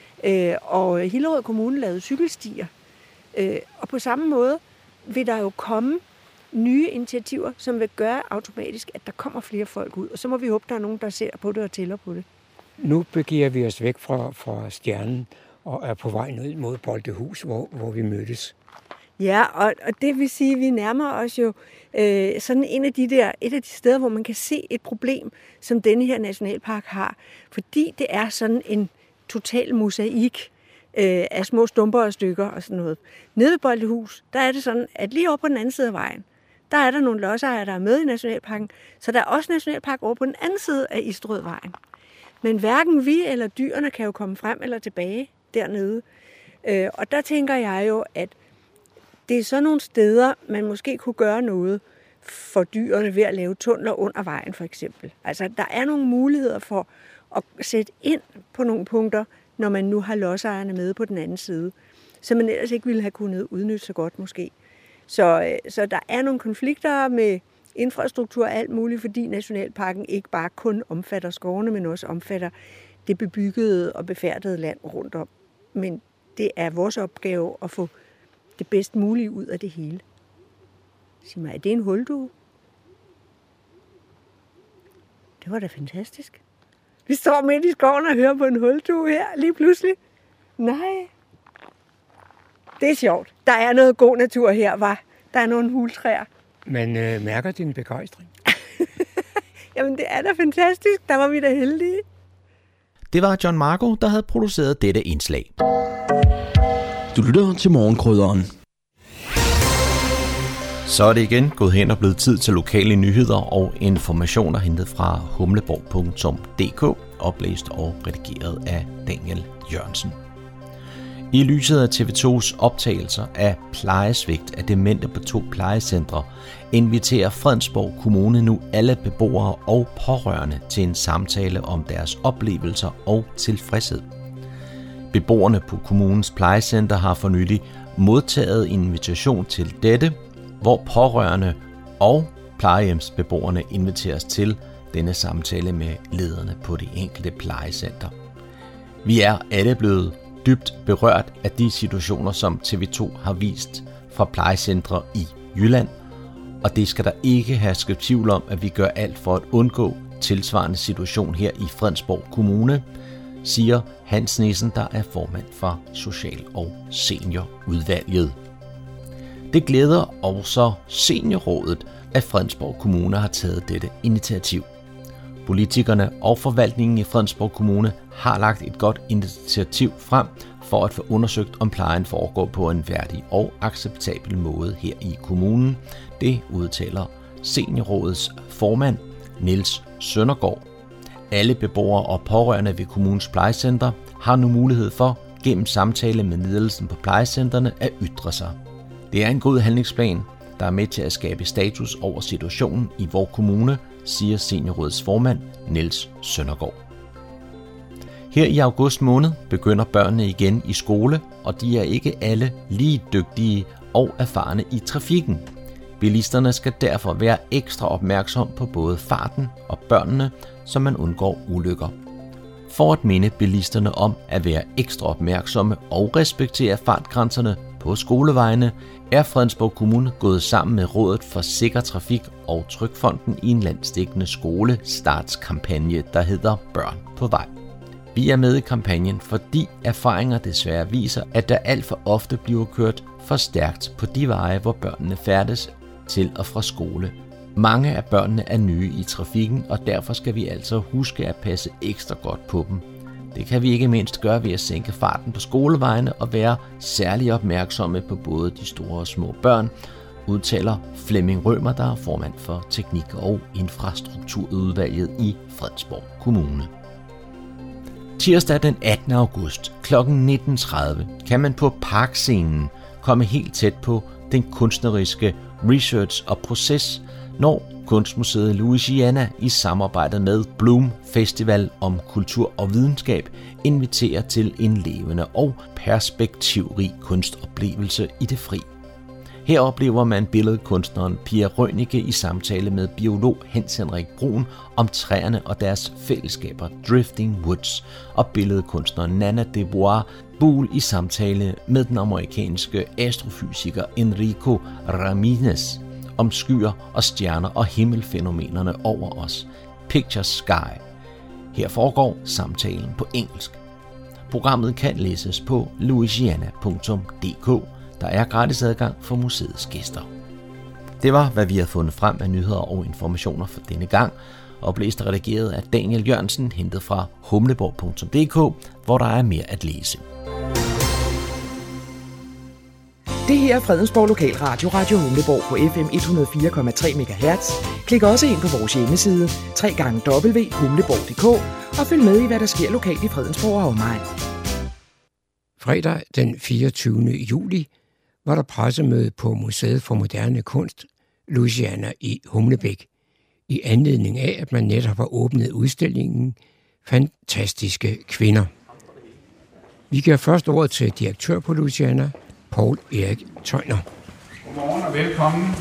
Og Hillerød Kommune lavede cykelstier. Og på samme måde vil der jo komme nye initiativer, som vil gøre automatisk, at der kommer flere folk ud. Og så må vi håbe, der er nogen, der ser på det og tæller på det. Nu begiver vi os væk fra Stjernen og er på vej ned mod Boltehus, hvor vi mødtes. Ja, og det vil sige, at vi nærmer os jo sådan et af de steder, hvor man kan se et problem, som denne her nationalpark har. Fordi det er sådan en total mosaik af små stumper og stykker og sådan noget. Nede ved Boltehus, der er det sådan, at lige over på den anden side af vejen, der er der nogle lodsejere, der er med i Nationalparken, så der er også nationalpark over på den anden side af Isterødvejen. Men hverken vi eller dyrene kan jo komme frem eller tilbage dernede. Og der tænker jeg jo, at det er sådan nogle steder, man måske kunne gøre noget for dyrene ved at lave tunneler under vejen for eksempel. Altså der er nogle muligheder for at sætte ind på nogle punkter, når man nu har lodsejerne med på den anden side, som man ellers ikke ville have kunnet udnytte så godt måske. Så der er nogle konflikter med infrastruktur og alt muligt, fordi Nationalparken ikke bare kun omfatter skovene, men også omfatter det bebyggede og befærdede land rundt om. Men det er vores opgave at få det bedst mulige ud af det hele. Sig mig, er det en huldue? Det var da fantastisk. Vi står midt i skoven og hører på en huldue her, lige pludselig. Nej. Det er sjovt. Der er noget god natur her, var. Der er nogle hultræer. Man mærker din begejstring. Jamen, det er da fantastisk. Der var vi da heldige. Det var John Marco, der havde produceret dette indslag. Du lytter til Morgenkrydderen. Så er det igen gået hen og blevet tid til lokale nyheder og informationer hentet fra humleborg.dk, oplæst og redigeret af Daniel Jørgensen. I lyset af TV2's optagelser af plejesvigt af demente på 2 plejecentre, inviterer Fredensborg Kommune nu alle beboere og pårørende til en samtale om deres oplevelser og tilfredshed. Beboerne på kommunens plejecenter har for nylig modtaget invitation til dette, hvor pårørende og plejehjemsbeboerne inviteres til denne samtale med lederne på det enkelte plejecenter. Vi er alle blevet dybt berørt af de situationer, som TV2 har vist fra plejecentre i Jylland, og det skal der ikke herske tvivl om, at vi gør alt for at undgå tilsvarende situation her i Fredensborg Kommune, siger Hans Nissen, der er formand for Social- og Seniorudvalget. Det glæder også Seniorrådet, at Fredensborg Kommune har taget dette initiativ. Politikerne og forvaltningen i Fredensborg Kommune har lagt et godt initiativ frem for at få undersøgt, om plejen foregår på en værdig og acceptabel måde her i kommunen. Det udtaler Seniorrådets formand Niels Søndergaard. Alle beboere og pårørende ved kommunens plejecenter har nu mulighed for gennem samtale med ledelsen på plejecentrene at ytre sig. Det er en god handlingsplan, der er med til at skabe status over situationen i vores kommune, siger Seniorrådets formand Niels Søndergaard. Her i august måned begynder børnene igen i skole, og de er ikke alle lige dygtige og erfarne i trafikken. Bilisterne skal derfor være ekstra opmærksom på både farten og børnene, så man undgår ulykker. For at minde bilisterne om at være ekstra opmærksomme og respektere fartgrænserne på skolevejene, er Fredensborg Kommune gået sammen med Rådet for Sikker Trafik og Trygfonden i en landsdækkende skolestartskampagne, der hedder Børn på vej. Vi er med i kampagnen, fordi erfaringer desværre viser, at der alt for ofte bliver kørt for stærkt på de veje, hvor børnene færdes til og fra skole. Mange af børnene er nye i trafikken, og derfor skal vi altså huske at passe ekstra godt på dem. Det kan vi ikke mindst gøre ved at sænke farten på skolevejene og være særlig opmærksomme på både de store og små børn, udtaler Flemming Rømer, der er formand for Teknik- og Infrastrukturudvalget i Fredensborg Kommune. Tirsdag den 18. august kl. 19.30 kan man på Parkscenen komme helt tæt på den kunstneriske research og proces, når Kunstmuseet Louisiana i samarbejde med Bloom Festival om kultur og videnskab inviterer til en levende og perspektivrig kunstoplevelse i det fri. Her oplever man billedkunstneren Pia Rønnike i samtale med biolog Hans Henrik Brun om træerne og deres fællesskaber Drifting Woods, og billedkunstneren Nana Debois Buhl i samtale med den amerikanske astrofysiker Enrico Ramirez om skyer og stjerner og himmelfænomenerne over os. Picture Sky. Her foregår samtalen på engelsk. Programmet kan læses på louisiana.dk. Der er gratis adgang for museets gæster. Det var, hvad vi har fundet frem af nyheder og informationer for denne gang, oplæst og redigeret af Daniel Jørgensen, hentet fra humleborg.dk, hvor der er mere at læse. Det her er Fredensborg Lokalradio, Radio Humleborg på FM 104,3 MHz. Klik også ind på vores hjemmeside, www.humleborg.dk, og følg med i, hvad der sker lokalt i Fredensborg og omegn. Fredag den 24. juli var der pressemøde på Museet for Moderne Kunst, Louisiana i Humlebæk, i anledning af, at man netop har åbnet udstillingen Fantastiske Kvinder. Vi giver først ordet til direktør på Louisiana, Poul Erik Tøjner. Godmorgen og velkommen.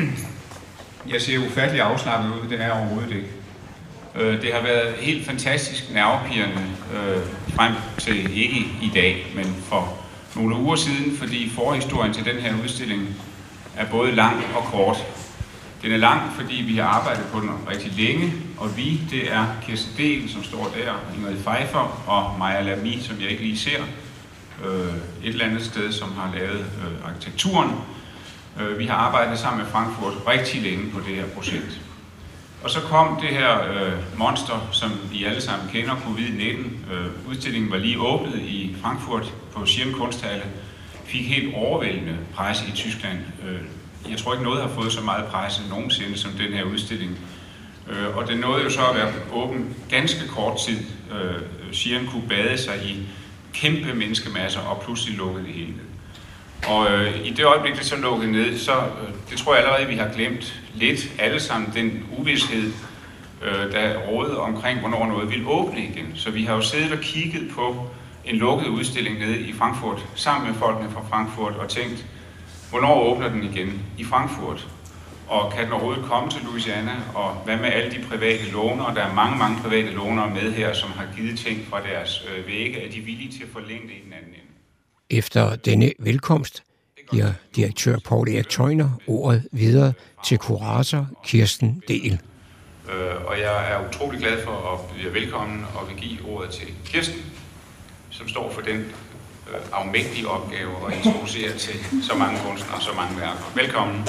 Jeg ser ufattelig afslappet ud, det er overhovedet ikke. Det har været helt fantastisk nervepirrende frem til ikke i dag, men for nogle uger siden, fordi forhistorien til den her udstilling er både lang og kort. Den er lang, fordi vi har arbejdet på den rigtig længe, og vi, det er Kirsten Dehn, som står der, Ingrid Pfeiffer og Maja Lamy, som jeg ikke lige ser, et eller andet sted, som har lavet arkitekturen. Vi har arbejdet sammen med Frankfurt rigtig længe på det her projekt. Og så kom det her monster, som I alle sammen kender, COVID-19. Udstillingen var lige åbnet i Frankfurt på Schirn Kunsthalle. Fik helt overvældende presse i Tyskland. Jeg tror ikke noget har fået så meget presse nogensinde som den her udstilling. Og den nåede jo så at være åben ganske kort tid. Schirn kunne bade sig i kæmpe menneskemasser, og pludselig lukkede det hele ned. Og i det øjeblik, det så lukkede ned, så det tror jeg allerede, vi har glemt lidt alle sammen, den uvished, der rådede omkring, hvornår noget ville åbne igen. Så vi har jo siddet og kigget på en lukket udstilling nede i Frankfurt, sammen med folkene fra Frankfurt, og tænkt, hvornår åbner den igen i Frankfurt? Og kan den overhovedet komme til Louisiana? Og hvad med alle de private lånere? Der er mange private lånere med her, som har givet ting fra deres vægge. Er de villige til at forlænge det i den anden ende? Efter denne velkomst giver direktør Poul Erik Tøjner ordet videre til kurator Kirsten Dehn. Og jeg er utrolig glad for at blive velkommen og vil give ordet til Kirsten, som står for den afmægtige opgave at introducere til så mange kunstnere og så mange værker. Velkommen.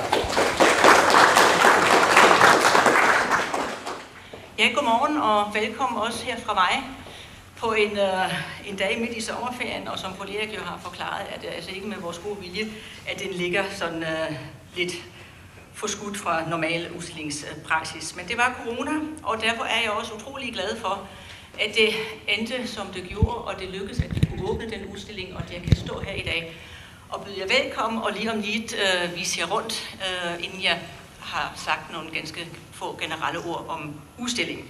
Ja, godmorgen og velkommen også her fra mig på en dag midt i sommerferien, og som Poul Erik jo har forklaret, at altså ikke med vores gode vilje, at den ligger sådan lidt forskudt fra normal udstillingspraksis. Men det var corona, og derfor er jeg også utrolig glad for, at det endte, som det gjorde, og det lykkedes, at vi kunne åbne den udstilling, og at jeg kan stå her i dag og byde jer velkommen, og lige om lidt vise jer rundt, inden jeg har sagt nogle ganske få generelle ord om udstillingen.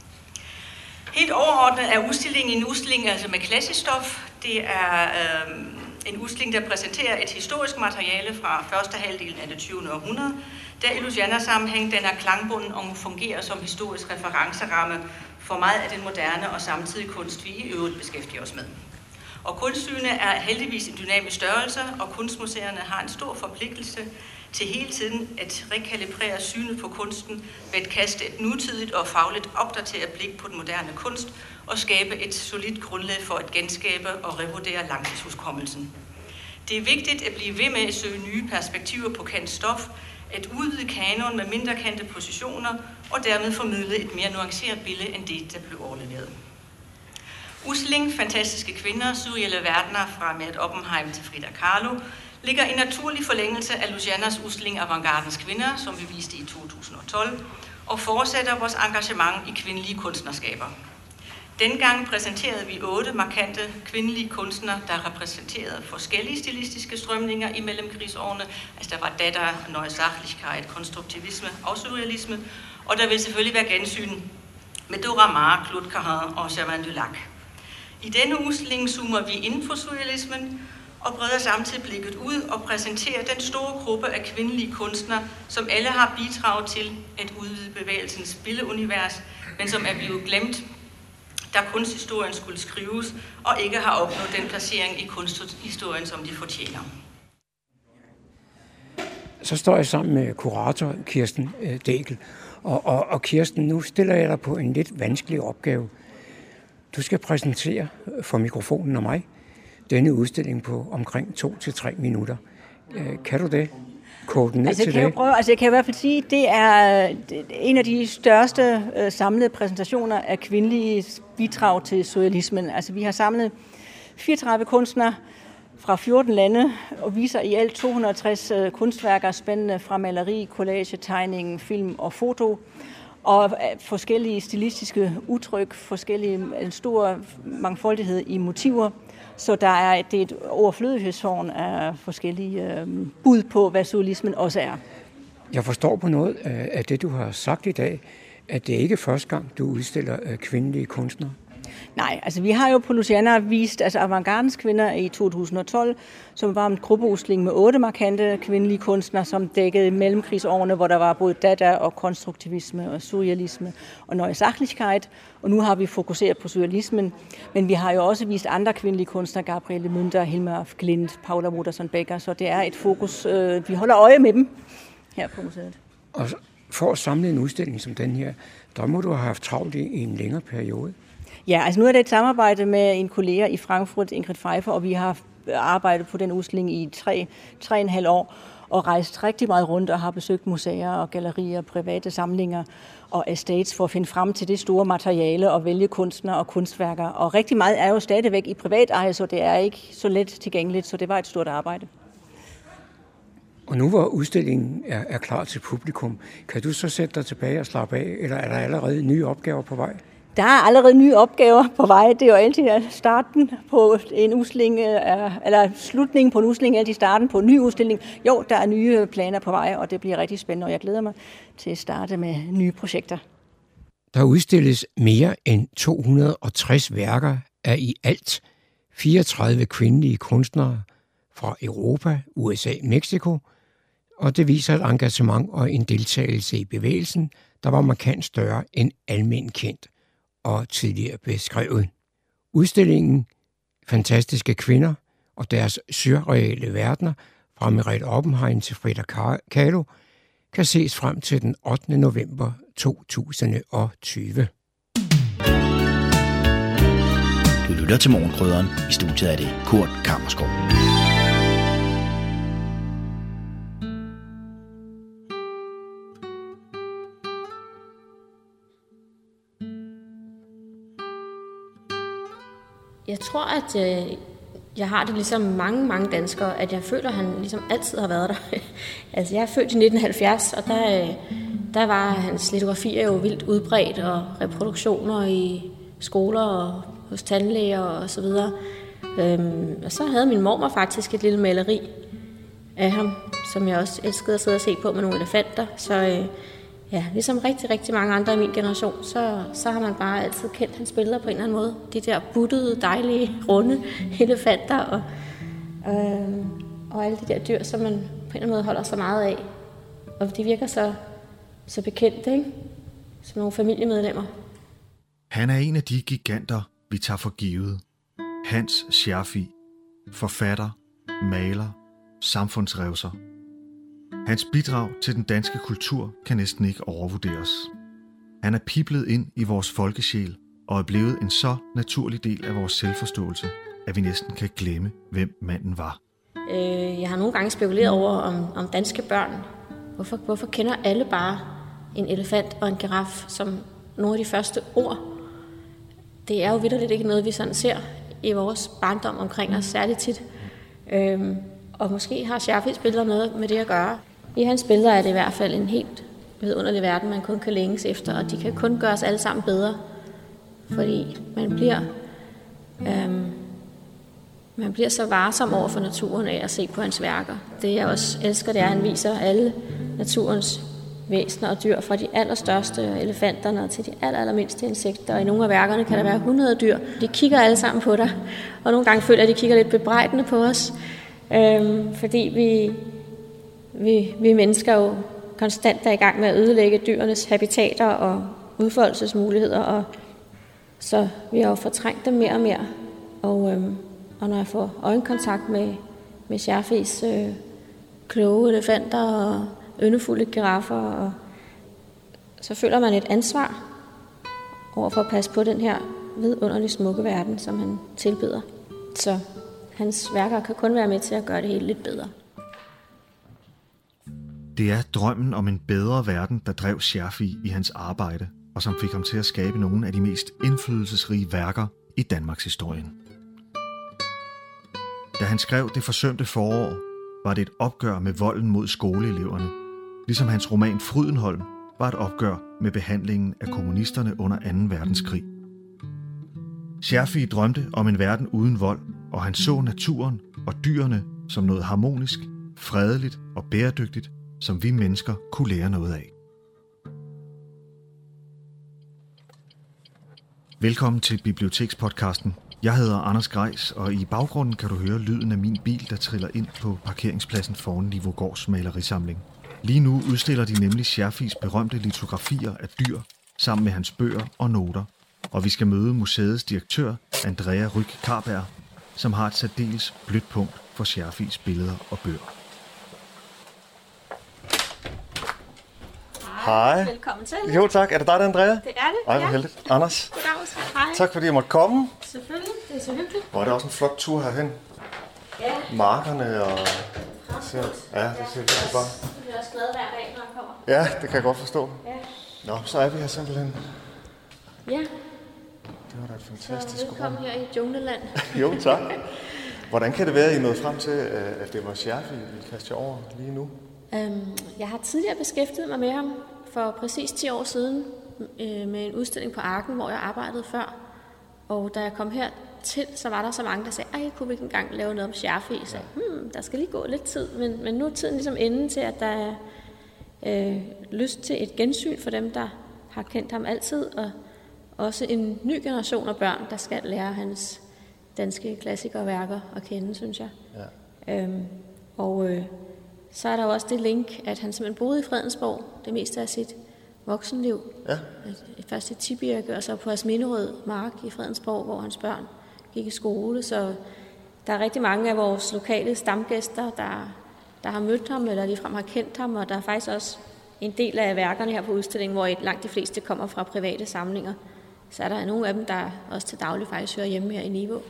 Helt overordnet er udstillingen en udstilling altså med klassisk stof. Det er en udstilling, der præsenterer et historisk materiale fra første halvdelen af det 20. århundrede, der i Louisiana-sammenhæng den er klangbunden og fungerer som historisk referenceramme for meget af den moderne og samtidige kunst, vi i øvrigt beskæftiger os med. Og kunstsynet er heldigvis en dynamisk størrelse, og kunstmuseerne har en stor forpligtelse til hele tiden at rekalibrere synet på kunsten ved at kaste et nutidigt og fagligt opdateret blik på den moderne kunst og skabe et solidt grundlag for at genskabe og revurdere langtidshukommelsen. Det er vigtigt at blive ved med at søge nye perspektiver på kendt stof, at udvide kanon med mindre kendte positioner og dermed formidle et mere nuanceret billede end det, der blev overleveret. Udstillingen Fantastiske Kvinder, surreale verdener fra Meret Oppenheim til Frida Kahlo, ligger i naturlig forlængelse af Louisianas udstilling Avantgardens Kvinder, som vi viste i 2012, og fortsætter vores engagement i kvindelige kunstnerskaber. Dengang præsenterede vi 8 markante kvindelige kunstnere, der repræsenterede forskellige stilistiske strømninger i mellemkrigsårene. Altså der var Dada, Neue Sachlichkeit, konstruktivisme og surrealisme, og der vil selvfølgelig være gensyn med Dora Maar, Claude Cahun og Germaine Dulac. I denne udstilling zoomer vi inden for surrealismen og breder samtidig blikket ud og præsenterer den store gruppe af kvindelige kunstnere, som alle har bidraget til at udvide bevægelsens billedunivers, men som er blevet glemt, da kunsthistorien skulle skrives og ikke har opnået den placering i kunsthistorien, som de fortjener. Så står jeg sammen med kurator Kirsten Dehn. Og Kirsten, nu stiller jeg dig på en lidt vanskelig opgave. Du skal præsentere for mikrofonen og mig denne udstilling på omkring 2 til 3 minutter. Kan du det? Jeg kan i hvert fald sige, at det er en af de største samlede præsentationer af kvindelige bidrag til surrealismen. Altså vi har samlet 34 kunstnere fra 14 lande og viser i alt 260 kunstværker spændende fra maleri, collage, tegning, film og foto. Og forskellige stilistiske udtryk, en stor mangfoldighed i motiver. Så det er et overflødighedshorn af forskellige bud på, hvad surrealismen også er. Jeg forstår på noget af det, du har sagt i dag, at det ikke er første gang, du udstiller kvindelige kunstnere. Nej, altså vi har jo på Louisiana vist avantgardens kvinder i 2012, som var en gruppeudstilling med 8 markante kvindelige kunstnere, som dækkede mellemkrigsårene, hvor der var både dada og konstruktivisme og surrealisme og neue Sachlichkeit. Og nu har vi fokuseret på surrealismen, men vi har jo også vist andre kvindelige kunstnere, Gabriele Münter, Hilma af Klint, Paula Modersohn-Becker, så det er et fokus, vi holder øje med dem her på museet. Og for at samle en udstilling som den her, der må du have haft travlt i en længere periode. Ja, altså nu er det et samarbejde med en kollega i Frankfurt, Ingrid Pfeiffer, og vi har arbejdet på den udstilling i 3,5 år og rejst rigtig meget rundt og har besøgt museer og gallerier, private samlinger og estates for at finde frem til det store materiale og vælge kunstnere og kunstværker. Og rigtig meget er jo stadigvæk i privat eje, så det er ikke så let tilgængeligt, så det var et stort arbejde. Og nu hvor udstillingen er klar til publikum, kan du så sætte dig tilbage og slappe af, eller er der allerede nye opgaver på vej? Der er allerede nye opgaver på vej. Det er jo altid starten på en udstilling, eller slutningen på en udstilling, altid starten på en ny udstilling. Jo, der er nye planer på vej, og det bliver rigtig spændende, og jeg glæder mig til at starte med nye projekter. Der udstilles mere end 260 værker af i alt 34 kvindelige kunstnere fra Europa, USA, Mexico, og det viser et engagement og en deltagelse i bevægelsen, der var markant større end almindeligt kendt og tidligere beskrevet. Udstillingen Fantastiske kvinder og deres surreale verdener fra Merete Oppenheim til Frida Kahlo kan ses frem til den 8. november 2020. Du lytter til Morgenkrydderen. I studiet er det Kurt Kammerskov. Jeg tror, at jeg har det ligesom mange danskere, at jeg føler, at han ligesom altid har været der. Altså, jeg er født i 1970, og der var hans littografier jo vildt udbredt, og reproduktioner i skoler og hos tandlæger og så videre. Og så havde min mormor faktisk et lille maleri af ham, som jeg også elskede at sidde og se på med nogle elefanter. Så ja, ligesom rigtig mange andre i min generation, så har man bare altid kendt hans billeder på en eller anden måde. De der buttede, dejlige, runde elefanter og alle de der dyr, som man på en eller anden måde holder så meget af. Og de virker så bekendte, ikke? Som nogle familiemedlemmer. Han er en af de giganter, vi tager for givet. Hans Scherfig, forfatter, maler, samfundsrevser. Hans bidrag til den danske kultur kan næsten ikke overvurderes. Han er piblet ind i vores folkesjæl og er blevet en så naturlig del af vores selvforståelse, at vi næsten kan glemme, hvem manden var. Jeg har nogle gange spekuleret over, om danske børn, hvorfor kender alle bare en elefant og en giraf som nogle af de første ord? Det er jo vitterligt ikke noget, vi sådan ser i vores barndom omkring os særligt tit. Og måske har Scherfigs billeder noget med det at gøre. I hans billeder er det i hvert fald en helt vidunderlig verden, man kun kan længes efter, og de kan kun gøre os alle sammen bedre. Fordi man bliver så varsom over for naturen af at se på hans værker. Det jeg også elsker, det er, at han viser alle naturens væsener og dyr, fra de allerstørste elefanterne til de allermindste insekter. Og i nogle af værkerne kan der være 100 dyr. De kigger alle sammen på dig, og nogle gange føler jeg, at de kigger lidt bebrejdende på os. Fordi vi mennesker jo konstant er i gang med at ødelægge dyrenes habitater og udfoldelsesmuligheder, og så vi har jo fortrængt dem mere og mere. Og når jeg får øjenkontakt med Scherfigs kloge elefanter og yndefulde giraffer, så føler man et ansvar over for at passe på den her vidunderligt smukke verden, som han tilbyder. Så hans værker kan kun være med til at gøre det hele lidt bedre. Det er drømmen om en bedre verden, der drev Scherfig i hans arbejde, og som fik ham til at skabe nogle af de mest indflydelsesrige værker i Danmarks historien. Da han skrev Det forsømte forår, var det et opgør med volden mod skoleeleverne, ligesom hans roman Frydenholm var et opgør med behandlingen af kommunisterne under 2. verdenskrig. Scherfig drømte om en verden uden vold, og han så naturen og dyrene som noget harmonisk, fredeligt og bæredygtigt, som vi mennesker kunne lære noget af. Velkommen til Bibliotekspodcasten. Jeg hedder Anders Grejs, og i baggrunden kan du høre lyden af min bil, der triller ind på parkeringspladsen foran Livogårds malerisamling. Lige nu udstiller de nemlig Scherfigs berømte litografier af dyr, sammen med hans bøger og noter. Og vi skal møde museets direktør, Andrea Ryg-Karberg, som har et særdeles blødt punkt for Scherfigs billeder og bøger. Hej. Velkommen til. Jo tak. Er det dig, Andrea? Det er det. Ej, hvor heldigt. Anders. Goddag. Hej. Tak fordi jeg måtte komme. Selvfølgelig. Det er så hyggeligt. Hvor er det også en flot tur herhen. Ja. Markerne og... Ja, det ser virkelig bare. Jeg bliver også glad hver dag, når jeg kommer. Ja, det kan jeg godt forstå. Ja. Nå, så er vi her simpelthen. Ja. Det var da et fantastisk rum. Velkommen her i Jungleland. Jo, tak. Hvordan kan det være, at I nåede frem til, at det var Scherfig, vi kaster over lige nu? Jeg har tidligere beskæftiget mig med ham for præcis 10 år siden med en udstilling på Arken, hvor jeg arbejdede før. Og da jeg kom her til, så var der så mange, der sagde, ej, kunne vi ikke engang lave noget om Scherfig? Jeg sagde, der skal lige gå lidt tid, men nu er tiden ligesom inde til, at der er lyst til et gensyn for dem, der har kendt ham altid, og også en ny generation af børn, der skal lære hans danske klassikerværker at kende, synes jeg. Ja. Så er der jo også det link, at han simpelthen boede i Fredensborg det meste af sit voksenliv. Ja. Først i Tibirke, og så på Asminderød Mark i Fredensborg, hvor hans børn gik i skole. Så der er rigtig mange af vores lokale stamgæster, der har mødt ham, eller ligefrem har kendt ham, og der er faktisk også en del af værkerne her på udstillingen, hvor langt de fleste kommer fra private samlinger. Så er der nogle af dem, der også til daglig faktisk hører hjemme her i Niveau.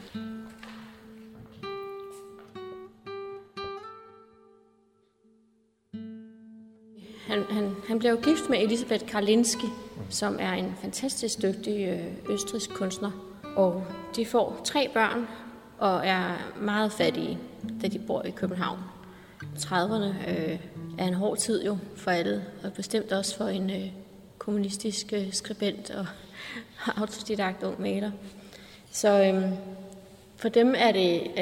Han blev jo gift med Elisabeth Karlinski, som er en fantastisk dygtig østrigsk kunstner. Og de får 3 børn og er meget fattige, da de bor i København. 30'erne er en hård tid jo for alle, og bestemt også for en kommunistisk skribent og autodidakt ung maler. Så for dem er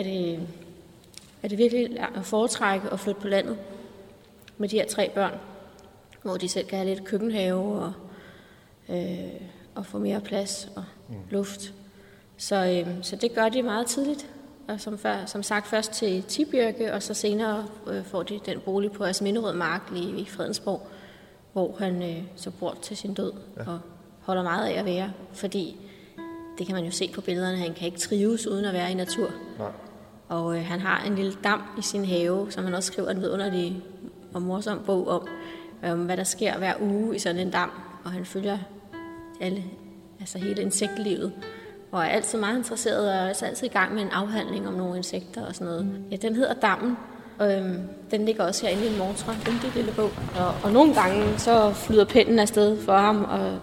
det virkelig at foretrække at flytte på landet med de her 3 børn, hvor de selv kan have lidt køkkenhave og få mere plads og luft. Så det gør de meget tidligt, og som sagt først til Tibirke, og så senere får de den bolig på Asminderød Mark lige i Fredensborg, hvor han så bor til sin død og holder meget af at være, fordi det kan man jo se på billederne, han kan ikke trives uden at være i natur. Nej. Og han har en lille dam i sin have, som han også skriver en vidunderlig og morsom bog om, hvad der sker hver uge i sådan en dam, og han følger hele insektlivet, og er altid meget interesseret, og er altid i gang med en afhandling om nogle insekter og sådan noget. Ja, den hedder Dammen, og den ligger også herinde i en montre, en lille bog. Og nogle gange så flyder pennen afsted for ham, og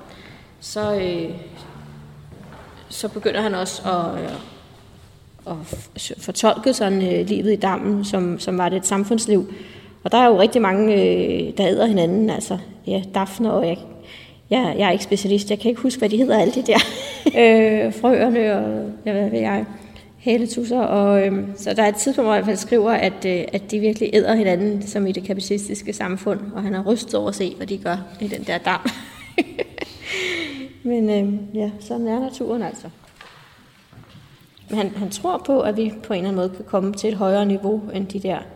så begynder han også at fortolke sådan livet i dammen, som var det et samfundsliv. Og der er jo rigtig mange, der æder hinanden, altså Daphne, og jeg er ikke specialist, jeg kan ikke huske, hvad de hedder, alle de der frøerne og hæletusser. Og så der er et tidspunkt, hvor jeg skriver, at de virkelig æder hinanden, som i det kapitalistiske samfund, og han har rystet over at se, hvad de gør i den der dam. Men sådan er naturen altså. Men han tror på, at vi på en eller anden måde kan komme til et højere niveau end de der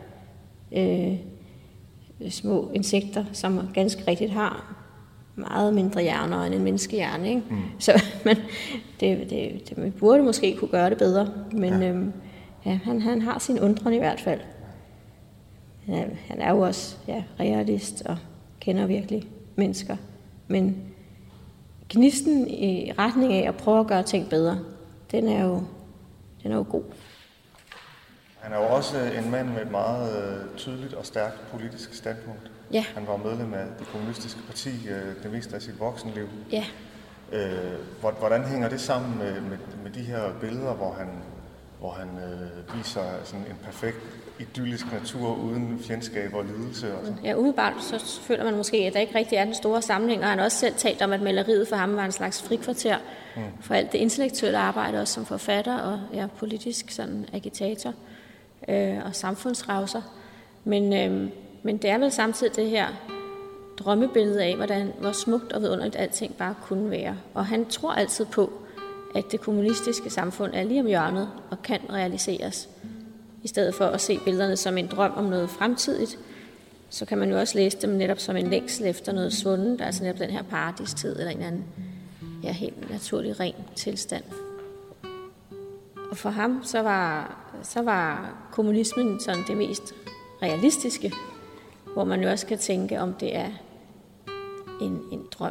små insekter, som ganske rigtigt har meget mindre hjerner end en menneskehjerne, ikke? Så men vi burde måske kunne gøre det bedre, men han har sin undren i hvert fald. Han er jo også realist og kender virkelig mennesker, men gnisten i retning af at prøve at gøre ting bedre, den er jo god. Han er jo også en mand med et meget tydeligt og stærkt politisk standpunkt. Ja. Han var medlem af det kommunistiske parti det meste af sit voksenliv. Ja. Hvordan hænger det sammen med de her billeder, hvor han hvor han viser sådan en perfekt idyllisk natur uden fjendskab og lidelse. Og ja, umiddelbart så føler man måske, at der ikke rigtig er den store sammenhæng, og han har også selv talt om, at maleriet for ham var en slags frikvarter for alt det intellektuelle arbejde, også som forfatter og politisk sådan agitator og samfundsrauser. Men det er vel samtidig det her drømmebillede af, hvor smukt og vidunderligt alting bare kunne være. Og han tror altid på, at det kommunistiske samfund er lige om hjørnet og kan realiseres. I stedet for at se billederne som en drøm om noget fremtidigt, så kan man jo også læse dem netop som en længsel efter noget svundet, altså netop den her paradistid eller en anden helt naturlig ren tilstand. Og for ham så var kommunismen sådan det mest realistiske, hvor man jo også kan tænke, om det er en drøm.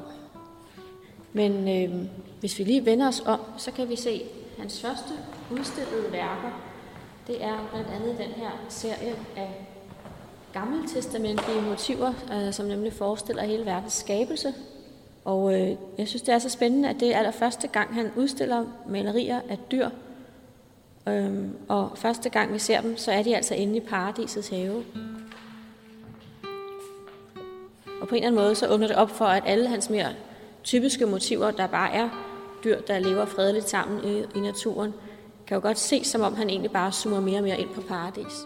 Men hvis vi lige vender os om, så kan vi se hans første udstillede værker. Det er blandt andet den her serie af gammeltestamentlige motiver, som nemlig forestiller hele verdens skabelse. Og jeg synes, det er så spændende, at det er allerførste gang, han udstiller malerier af dyr. Og første gang vi ser dem, så er de altså inde i paradisets have. Og på en eller anden måde, så åbner det op for, at alle hans mere typiske motiver, der bare er dyr, der lever fredeligt sammen i naturen, kan jo godt ses, som om han egentlig bare zoomer mere og mere ind på paradis.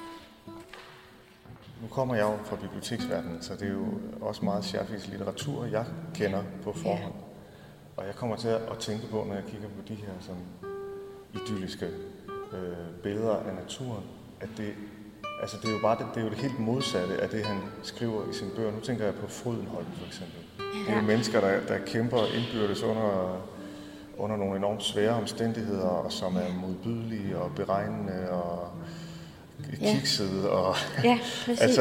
Nu kommer jeg jo fra biblioteksverdenen, så det er jo også meget Scherfis litteratur, jeg kender på forhånd. Ja. Og jeg kommer til at tænke på, når jeg kigger på de her sådan idylliske billeder af naturen, at det er jo bare det er jo det helt modsatte af det, han skriver i sine bøger. Nu tænker jeg på Frydenholm for eksempel. Ja. Det er jo mennesker, der kæmper indbyrdes under nogle enormt svære omstændigheder, og som er modbydelige og beregnende og kiksede. Og altså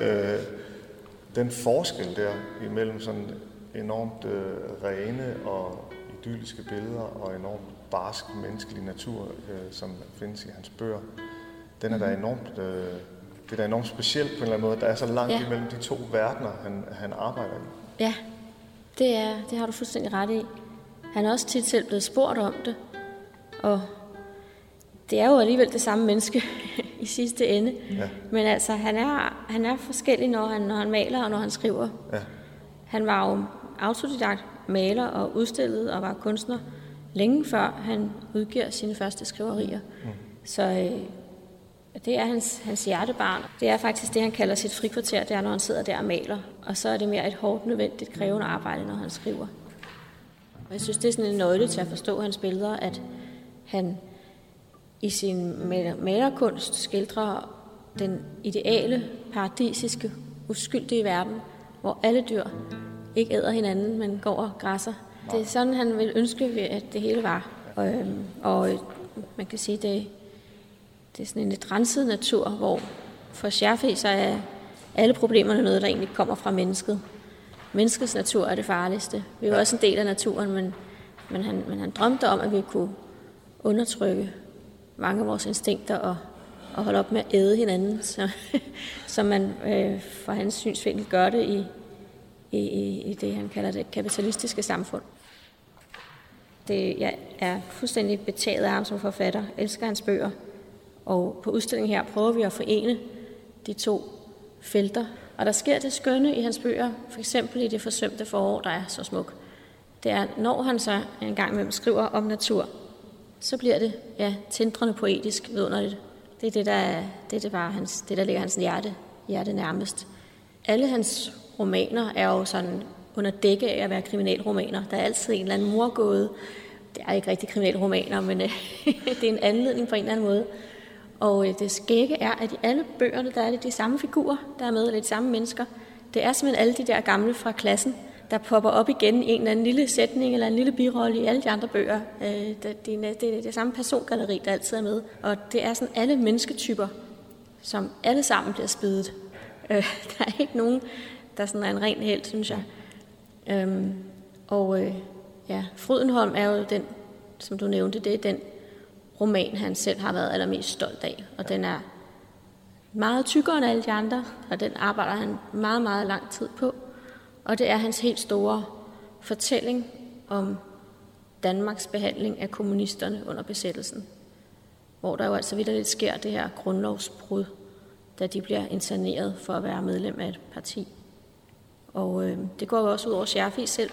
den forskel der imellem sådan enormt rene og idylliske billeder og enormt barsk menneskelig natur, som findes i hans bøger, den er da enormt, det er da enormt specielt på en eller anden måde. Der er så langt imellem de to verdener, han arbejder i. Ja, det har du fuldstændig ret i. Han er også tit selv blevet spurgt om det, og det er jo alligevel det samme menneske i sidste ende. Ja. Men altså, han er forskellig, når han maler og når han skriver. Ja. Han var jo autodidakt maler og udstillet og var kunstner længe før han udgiver sine første skriverier. Så det er hans hjertebarn. Det er faktisk det, han kalder sit frikvarter, det er, når han sidder der og maler. Og så er det mere et hårdt nødvendigt krævende arbejde, når han skriver. Og jeg synes, det er sådan en nøgle til at forstå hans billeder, at han i sin malerkunst skildrer den ideale, paradisiske, uskyldige verden, hvor alle dyr ikke æder hinanden, men går og græsser. Det er sådan, han ville ønske, at det hele var. Og man kan sige, det er sådan en lidt renset natur, hvor for Scherfig så er alle problemerne noget, der egentlig kommer fra mennesket. Menneskets natur er det farligste. Vi er jo også en del af naturen, men han drømte om, at vi kunne undertrykke mange af vores instinkter og holde op med at æde hinanden, så man fra hans synsvinkel gør det i det, han kalder det kapitalistiske samfund. Jeg er fuldstændig betaget af ham som forfatter, elsker hans bøger, og på udstillingen her prøver vi at forene de to felter. Og der sker det skønne i hans bøger, for eksempel i Det forsømte forår, der er så smuk. Det er, når han så en gang imellem skriver om natur, så bliver det tindrende poetisk vidunderligt. Det er det, der ligger hans hjerte nærmest. Alle hans romaner er jo sådan under dække af at være kriminalromaner. Der er altid en eller anden morgåde. Det er ikke rigtig kriminalromaner, men det er en anledning på en eller anden måde. Og det skægge er, at i alle bøgerne, der er det de samme figurer, der er med, eller de samme mennesker. Det er simpelthen alle de der gamle fra klassen, der popper op igen i en eller anden lille sætning, eller en lille birolle i alle de andre bøger. Det er det samme persongalleri, der altid er med. Og det er sådan alle mennesketyper, som alle sammen bliver spiddet. Der er ikke nogen, der sådan er en ren helt, synes jeg. Frydenholm er jo den, som du nævnte, det er den roman, han selv har været allermest stolt af. Og den er meget tykkere end alle de andre, og den arbejder han meget, meget lang tid på. Og det er hans helt store fortælling om Danmarks behandling af kommunisterne under besættelsen. hvor der jo altså vitterligt sker det her grundlovsbrud, da de bliver interneret for at være medlem af et parti. Og det går jo også ud over Scherfig selv.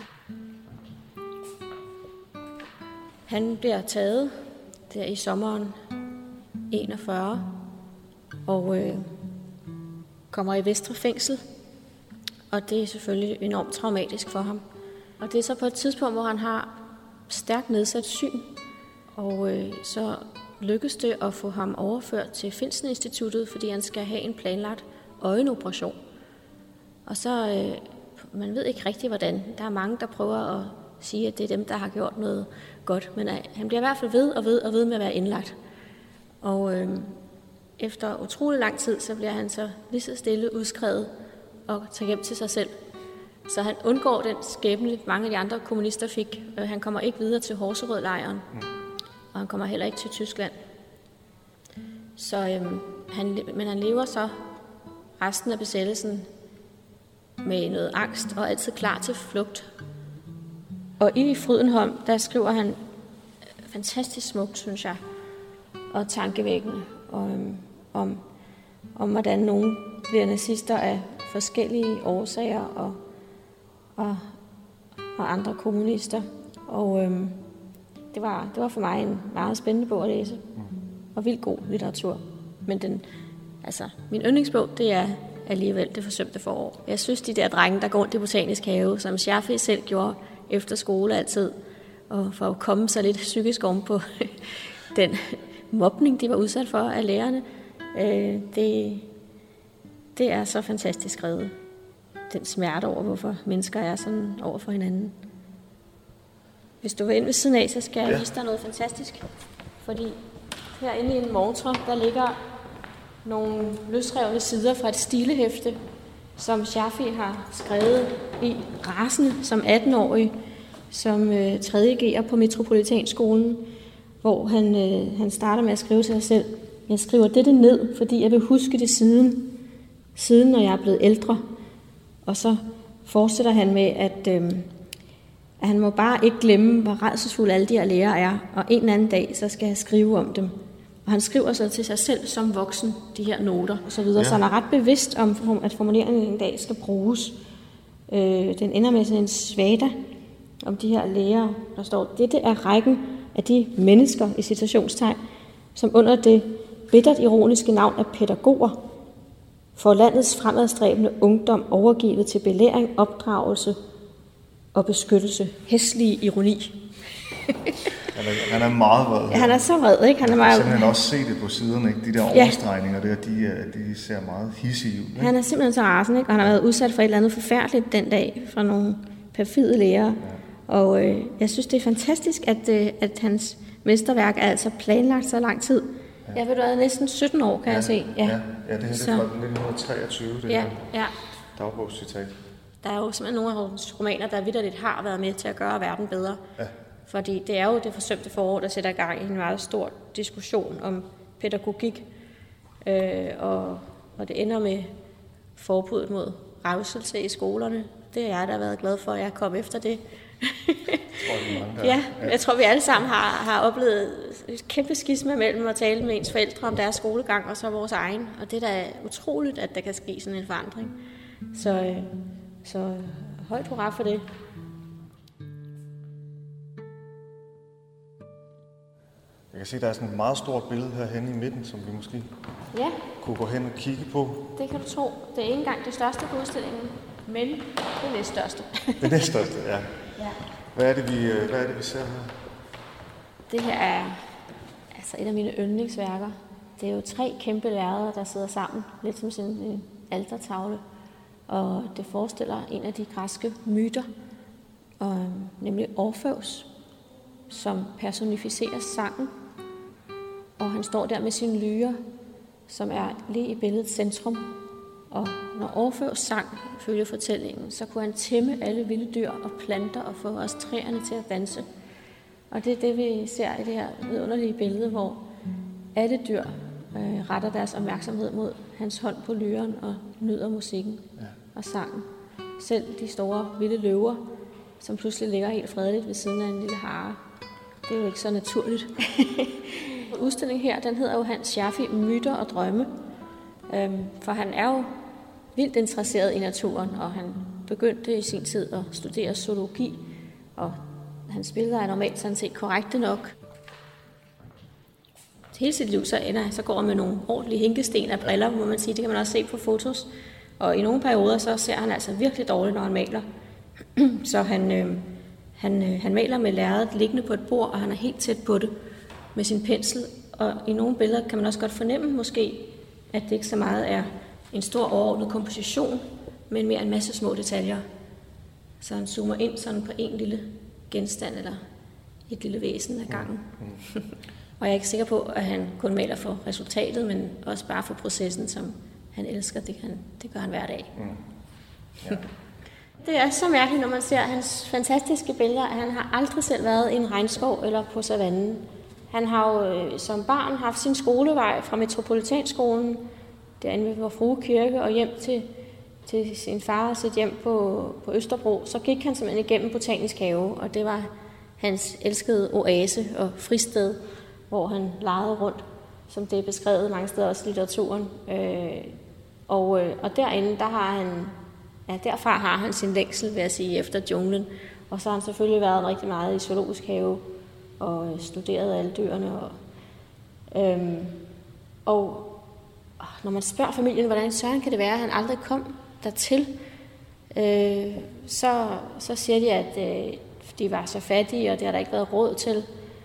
Han bliver taget der i sommeren 41 og kommer i Vestre Fængsel. Og det er selvfølgelig enormt traumatisk for ham. Og det er så på et tidspunkt, hvor han har stærkt nedsat syn. Og så lykkes det at få ham overført til Finsen-instituttet, fordi han skal have en planlagt øjenoperation. Og så, man ved ikke rigtig hvordan. Der er mange, der prøver at sige, at det er dem, der har gjort noget godt. Men han bliver i hvert fald ved med at være indlagt. Og efter utrolig lang tid, så bliver han så lige så stille udskrevet og tager hjem til sig selv. Så han undgår den skæbne, mange af de andre kommunister fik. Han kommer ikke videre til Horserød-lejren, og han kommer heller ikke til Tyskland. Så, men han lever så resten af besættelsen med noget angst og altid klar til flugt. Og i Frydenholm, der skriver han fantastisk smukt, synes jeg, og tankevækkende om hvordan nogen bliver nazister af forskellige årsager og andre kommunister. Og det var for mig en meget spændende bog at læse, og vildt god litteratur. Men min yndlingsbog, det er alligevel Det forsømte forår. Jeg synes, de der drenge, der går rundt i Botanisk Have, som Scherfig selv gjorde efter skole altid, og for at komme sig lidt psykisk om på den mobning, de var udsat for af lærerne, det er så fantastisk skrevet. Den smerte over, hvorfor mennesker er sådan over for hinanden. Hvis du vil ind ved siden af, så skal jeg vise dig noget fantastisk. Fordi herinde i en montre, der ligger nogle løsrevne sider fra et stilehæfte, som Scherfig har skrevet i rasende som 18-årig, som 3. G'er på Metropolitanskolen, hvor han starter med at skrive til sig selv: jeg skriver dette ned, fordi jeg vil huske det siden når jeg er blevet ældre. Og så fortsætter han med, at han må bare ikke glemme, hvor rædselsfulde alle de her lærere er, og en eller anden dag, så skal jeg skrive om dem. Og han skriver så til sig selv som voksen, de her noter og så videre, så han er ret bevidst om, at formuleringen en dag skal bruges. Den ender med sådan en svada om de her lærere, der står: dette er rækken af de mennesker, i citationstegn, som under det bittert ironiske navn af pædagoger får landets fremadstræbende ungdom overgivet til belæring, opdragelse og beskyttelse. Hæslig ironi. Han er meget vred. Ja, han er så vred, ikke? Han er meget... simpelthen også se det på siderne, ikke? De der overstregninger der, de ser meget hissige ud. Ikke? Han er simpelthen så rasende, ikke? Og han har været udsat for et eller andet forfærdeligt den dag fra nogle perfide lærere. Ja. Og jeg synes, det er fantastisk, at hans mesterværk er altså planlagt så lang tid. Ja. Jeg ved du, næsten 17 år, kan jeg se. Ja, det her er fra 1923, det her dagbogscitat. Der er jo simpelthen nogle af vores romaner, der vitterligt har været med til at gøre verden bedre. Ja. Fordi det er jo Det forsømte forår, der sætter i gang i en meget stor diskussion om pædagogik. Og det ender med forbuddet mod revselse i skolerne. Det er jeg, der har været glad for, at jeg kom efter det. Jeg tror, vi alle sammen har oplevet et kæmpe skisma mellem at tale med ens forældre om deres skolegang og så vores egen. Og det er da utroligt, at der kan ske sådan en forandring. Så højt hurra for det. Jeg kan se, at der er sådan et meget stort billede herhenne i midten, som vi måske kunne gå hen og kigge på. Det kan du tro. Det er ikke engang det største på udstillingen, men det næststørste. Det næststørste, ja. Hvad er det, vi ser her? Det her er altså et af mine yndlingsværker. Det er jo 3 kæmpe lærreder, der sidder sammen, lidt som sådan en altertavle. Og det forestiller en af de græske myter, nemlig Orfeus, som personificerer sangen. Og han står der med sin lyre, som er lige i billedets centrum. Og når Orfeus sang, følge fortællingen, så kunne han tæmme alle vilde dyr og planter og få os træerne til at danse. Og det er det, vi ser i det her vidunderlige billede, hvor alle dyr retter deres opmærksomhed mod hans hånd på lyren og nyder musikken og sangen. Selv de store vilde løver, som pludselig ligger helt fredeligt ved siden af en lille hare. Det er jo ikke så naturligt. Udstillingen her, den hedder jo Hans Scherfig, Myter og Drømme. For han er jo vildt interesseret i naturen, og han begyndte i sin tid at studere zoologi, og hans billeder er normalt sådan set korrekte nok. Hele sit liv så går han med nogle ordentlige hinkesten af briller, må man sige. Det kan man også se på fotos. Og i nogle perioder så ser han altså virkelig dårligt, når han maler. Så han maler med lærredet liggende på et bord, og han er helt tæt på det med sin pensel. Og i nogle billeder kan man også godt fornemme måske, at det ikke så meget er en stor overordnet komposition, men mere en masse små detaljer. Så han zoomer ind sådan på en lille genstand eller et lille væsen ad gangen. Og jeg er ikke sikker på, at han kun maler for resultatet, men også bare for processen, som han elsker. Det gør han hver dag. Ja. Det er så mærkeligt, når man ser hans fantastiske billeder, at han har aldrig selv været i en regnskov eller på savannen. Han har jo som barn haft sin skolevej fra Metropolitanskolen, derinde ved Vor Frue Kirke, og hjem til sin far og sit hjem på Østerbro. Så gik han simpelthen igennem Botanisk Have, og det var hans elskede oase og fristed, hvor han legede rundt, som det er beskrevet mange steder også i litteraturen. Og derinde, derfra har han sin længsel, vil jeg sige, efter junglen. Og så har han selvfølgelig været rigtig meget i zoologisk have og studeret alle dyrene. Og når man spørger familien, hvordan søren kan det være, at han aldrig kom dertil, så siger de, at de var så fattige, og det har der ikke været råd til.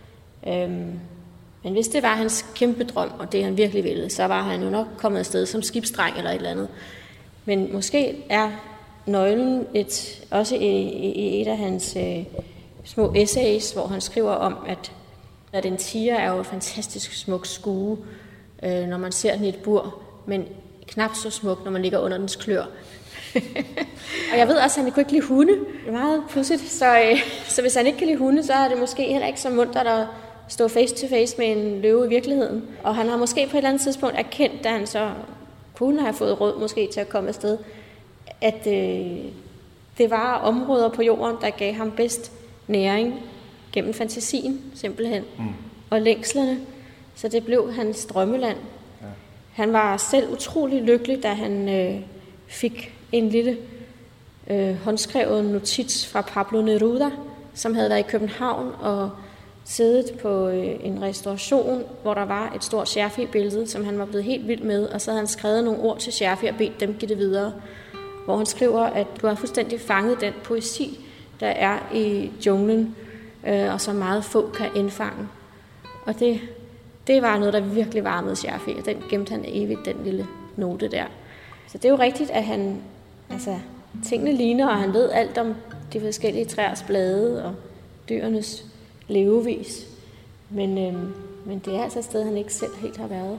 Men hvis det var hans kæmpe drøm, og det han virkelig ville, så var han jo nok kommet afsted som skibsdreng eller et eller andet. Men måske er nøglen også i et af hans små essays, hvor han skriver om, at en tiger er jo et fantastisk smuk skue, når man ser den i et bur, men knap så smuk, når man ligger under dens klør. Og jeg ved også, at han kunne ikke lide hunde. Det er meget pudsigt, så hvis han ikke kan lide hunde, så er det måske heller ikke så muntert at stå face to face med en løve i virkeligheden. Og han har måske på et eller andet tidspunkt erkendt, da han så kunne have fået råd måske til at komme afsted, at det var områder på jorden, der gav ham bedst næring gennem fantasien, simpelthen, og længslerne. Så det blev hans drømmeland. Ja. Han var selv utrolig lykkelig, da han fik en lille håndskrevet notits fra Pablo Neruda, som havde været i København og siddet på en restauration, hvor der var et stort Scherfig-billede, som han var blevet helt vild med, og så havde han skrevet nogle ord til Scherfig og bedt dem give det videre, hvor han skriver, at du har fuldstændig fanget den poesi, der er i junglen, og som meget få kan indfange. Og det var noget, der virkelig varmede Scherfig, og den gemte han evigt, den lille note der. Så det er jo rigtigt, at han, tingene ligner, og han ved alt om de forskellige træers blade og dyrenes levevis. Men det er altså et sted, han ikke selv helt har været.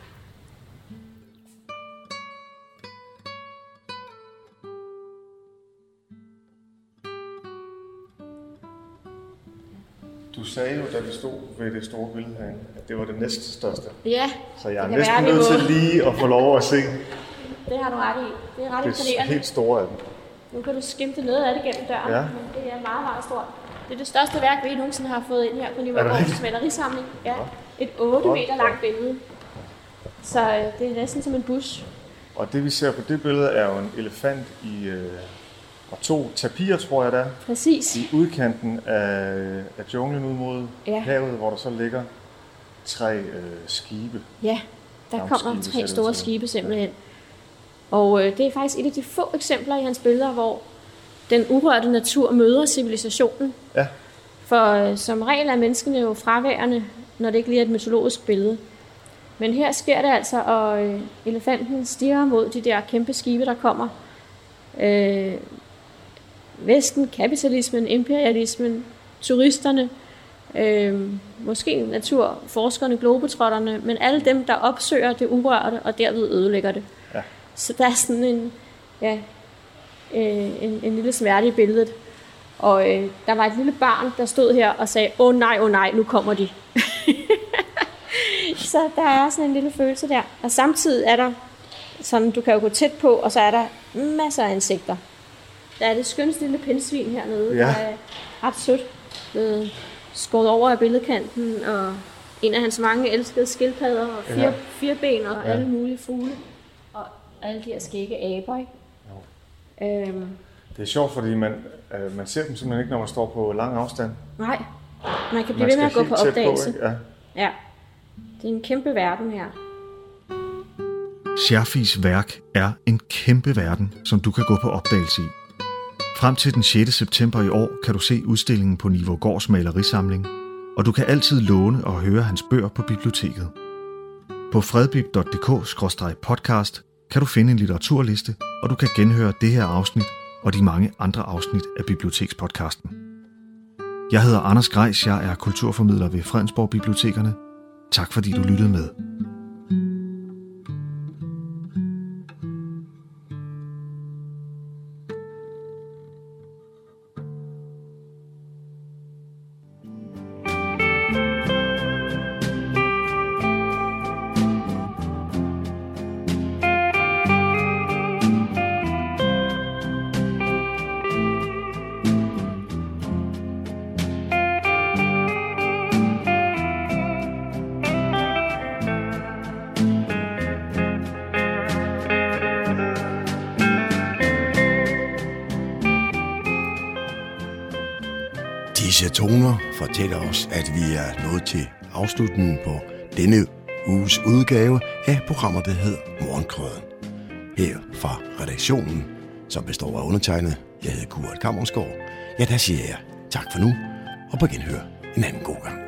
Du sagde jo, da vi stod ved det store billede herinde, at det var det næststørste. Ja. Så jeg er næsten nødt til lige at få lov at se. Det har du ret i. Det er ret imponerende. Det er helt store af dem. Nu kan du skimte noget af det gennem døren, ja. Men det er meget, meget stort. Det er det største værk, vi nogensinde har fået ind her på Nyborgs malerisamling. Ja. Et 8 meter langt billede. Så det er næsten som en bus. Og det vi ser på det billede er jo en elefant og 2 tapirer, tror jeg der. Præcis. I udkanten af junglen ud mod havet, hvor der så ligger 3 skibe. Ja, der kommer 3 store skibe simpelthen. Og det er faktisk et af de få eksempler i hans billeder, hvor den urørte natur møder civilisationen. Ja. For som regel er menneskene jo fraværende, når det ikke lige er et mytologisk billede. Men her sker det altså, og elefanten stiger mod de der kæmpe skibe, der kommer. Vesten, kapitalismen, imperialismen, turisterne, måske naturforskerne, globetrotterne, men alle dem, der opsøger det urørte og derved ødelægger det. Ja. Så der er sådan en lille smerte i billedet. Og der var et lille barn, der stod her og sagde, åh nej, nu kommer de. Så der er sådan en lille følelse der. Og samtidig er der, sådan du kan jo gå tæt på, og så er der masser af insekter. Der er det skønste lille pindsvin hernede, der er ret sødt. Skåret over af billedkanten, og en af hans mange elskede skildpadder og firben og alle mulige fugle. Og alle de her skægge aber, ikke? Det er sjovt, fordi man ser dem simpelthen ikke, når man står på lang afstand. Nej, man kan blive ved med at gå på opdagelse. På, ja, det er en kæmpe verden her. Scherfis værk er en kæmpe verden, som du kan gå på opdagelse i. Frem til den 6. september i år kan du se udstillingen på Nivågårds malerisamling, og du kan altid låne og høre hans bøger på biblioteket. På fredbib.dk/podcast kan du finde en litteraturliste, og du kan genhøre det her afsnit og de mange andre afsnit af bibliotekspodcasten. Jeg hedder Anders Grejs, jeg er kulturformidler ved Fredensborg Bibliotekerne. Tak fordi du lyttede med. Disse toner fortæller os, at vi er nået til afslutningen på denne uges udgave af programmet, der hedder Morgenkrøden. Her fra redaktionen, som består af undertegnet, jeg hedder Kurt Kammersgaard. Ja, der siger jeg tak for nu, og på genhør en anden god gang.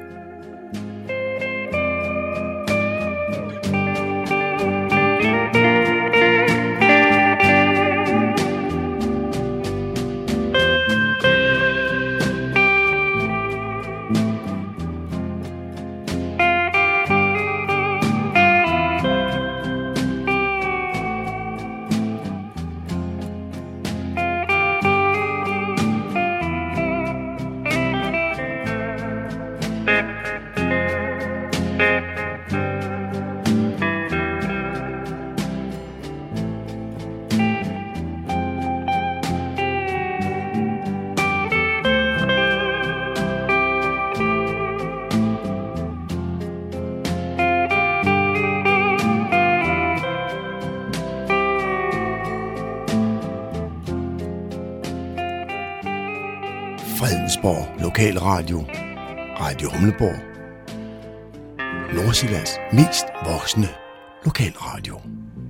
Fredensborg Lokalradio, Radio Humleborg, Nordsjællands mest voksne lokalradio.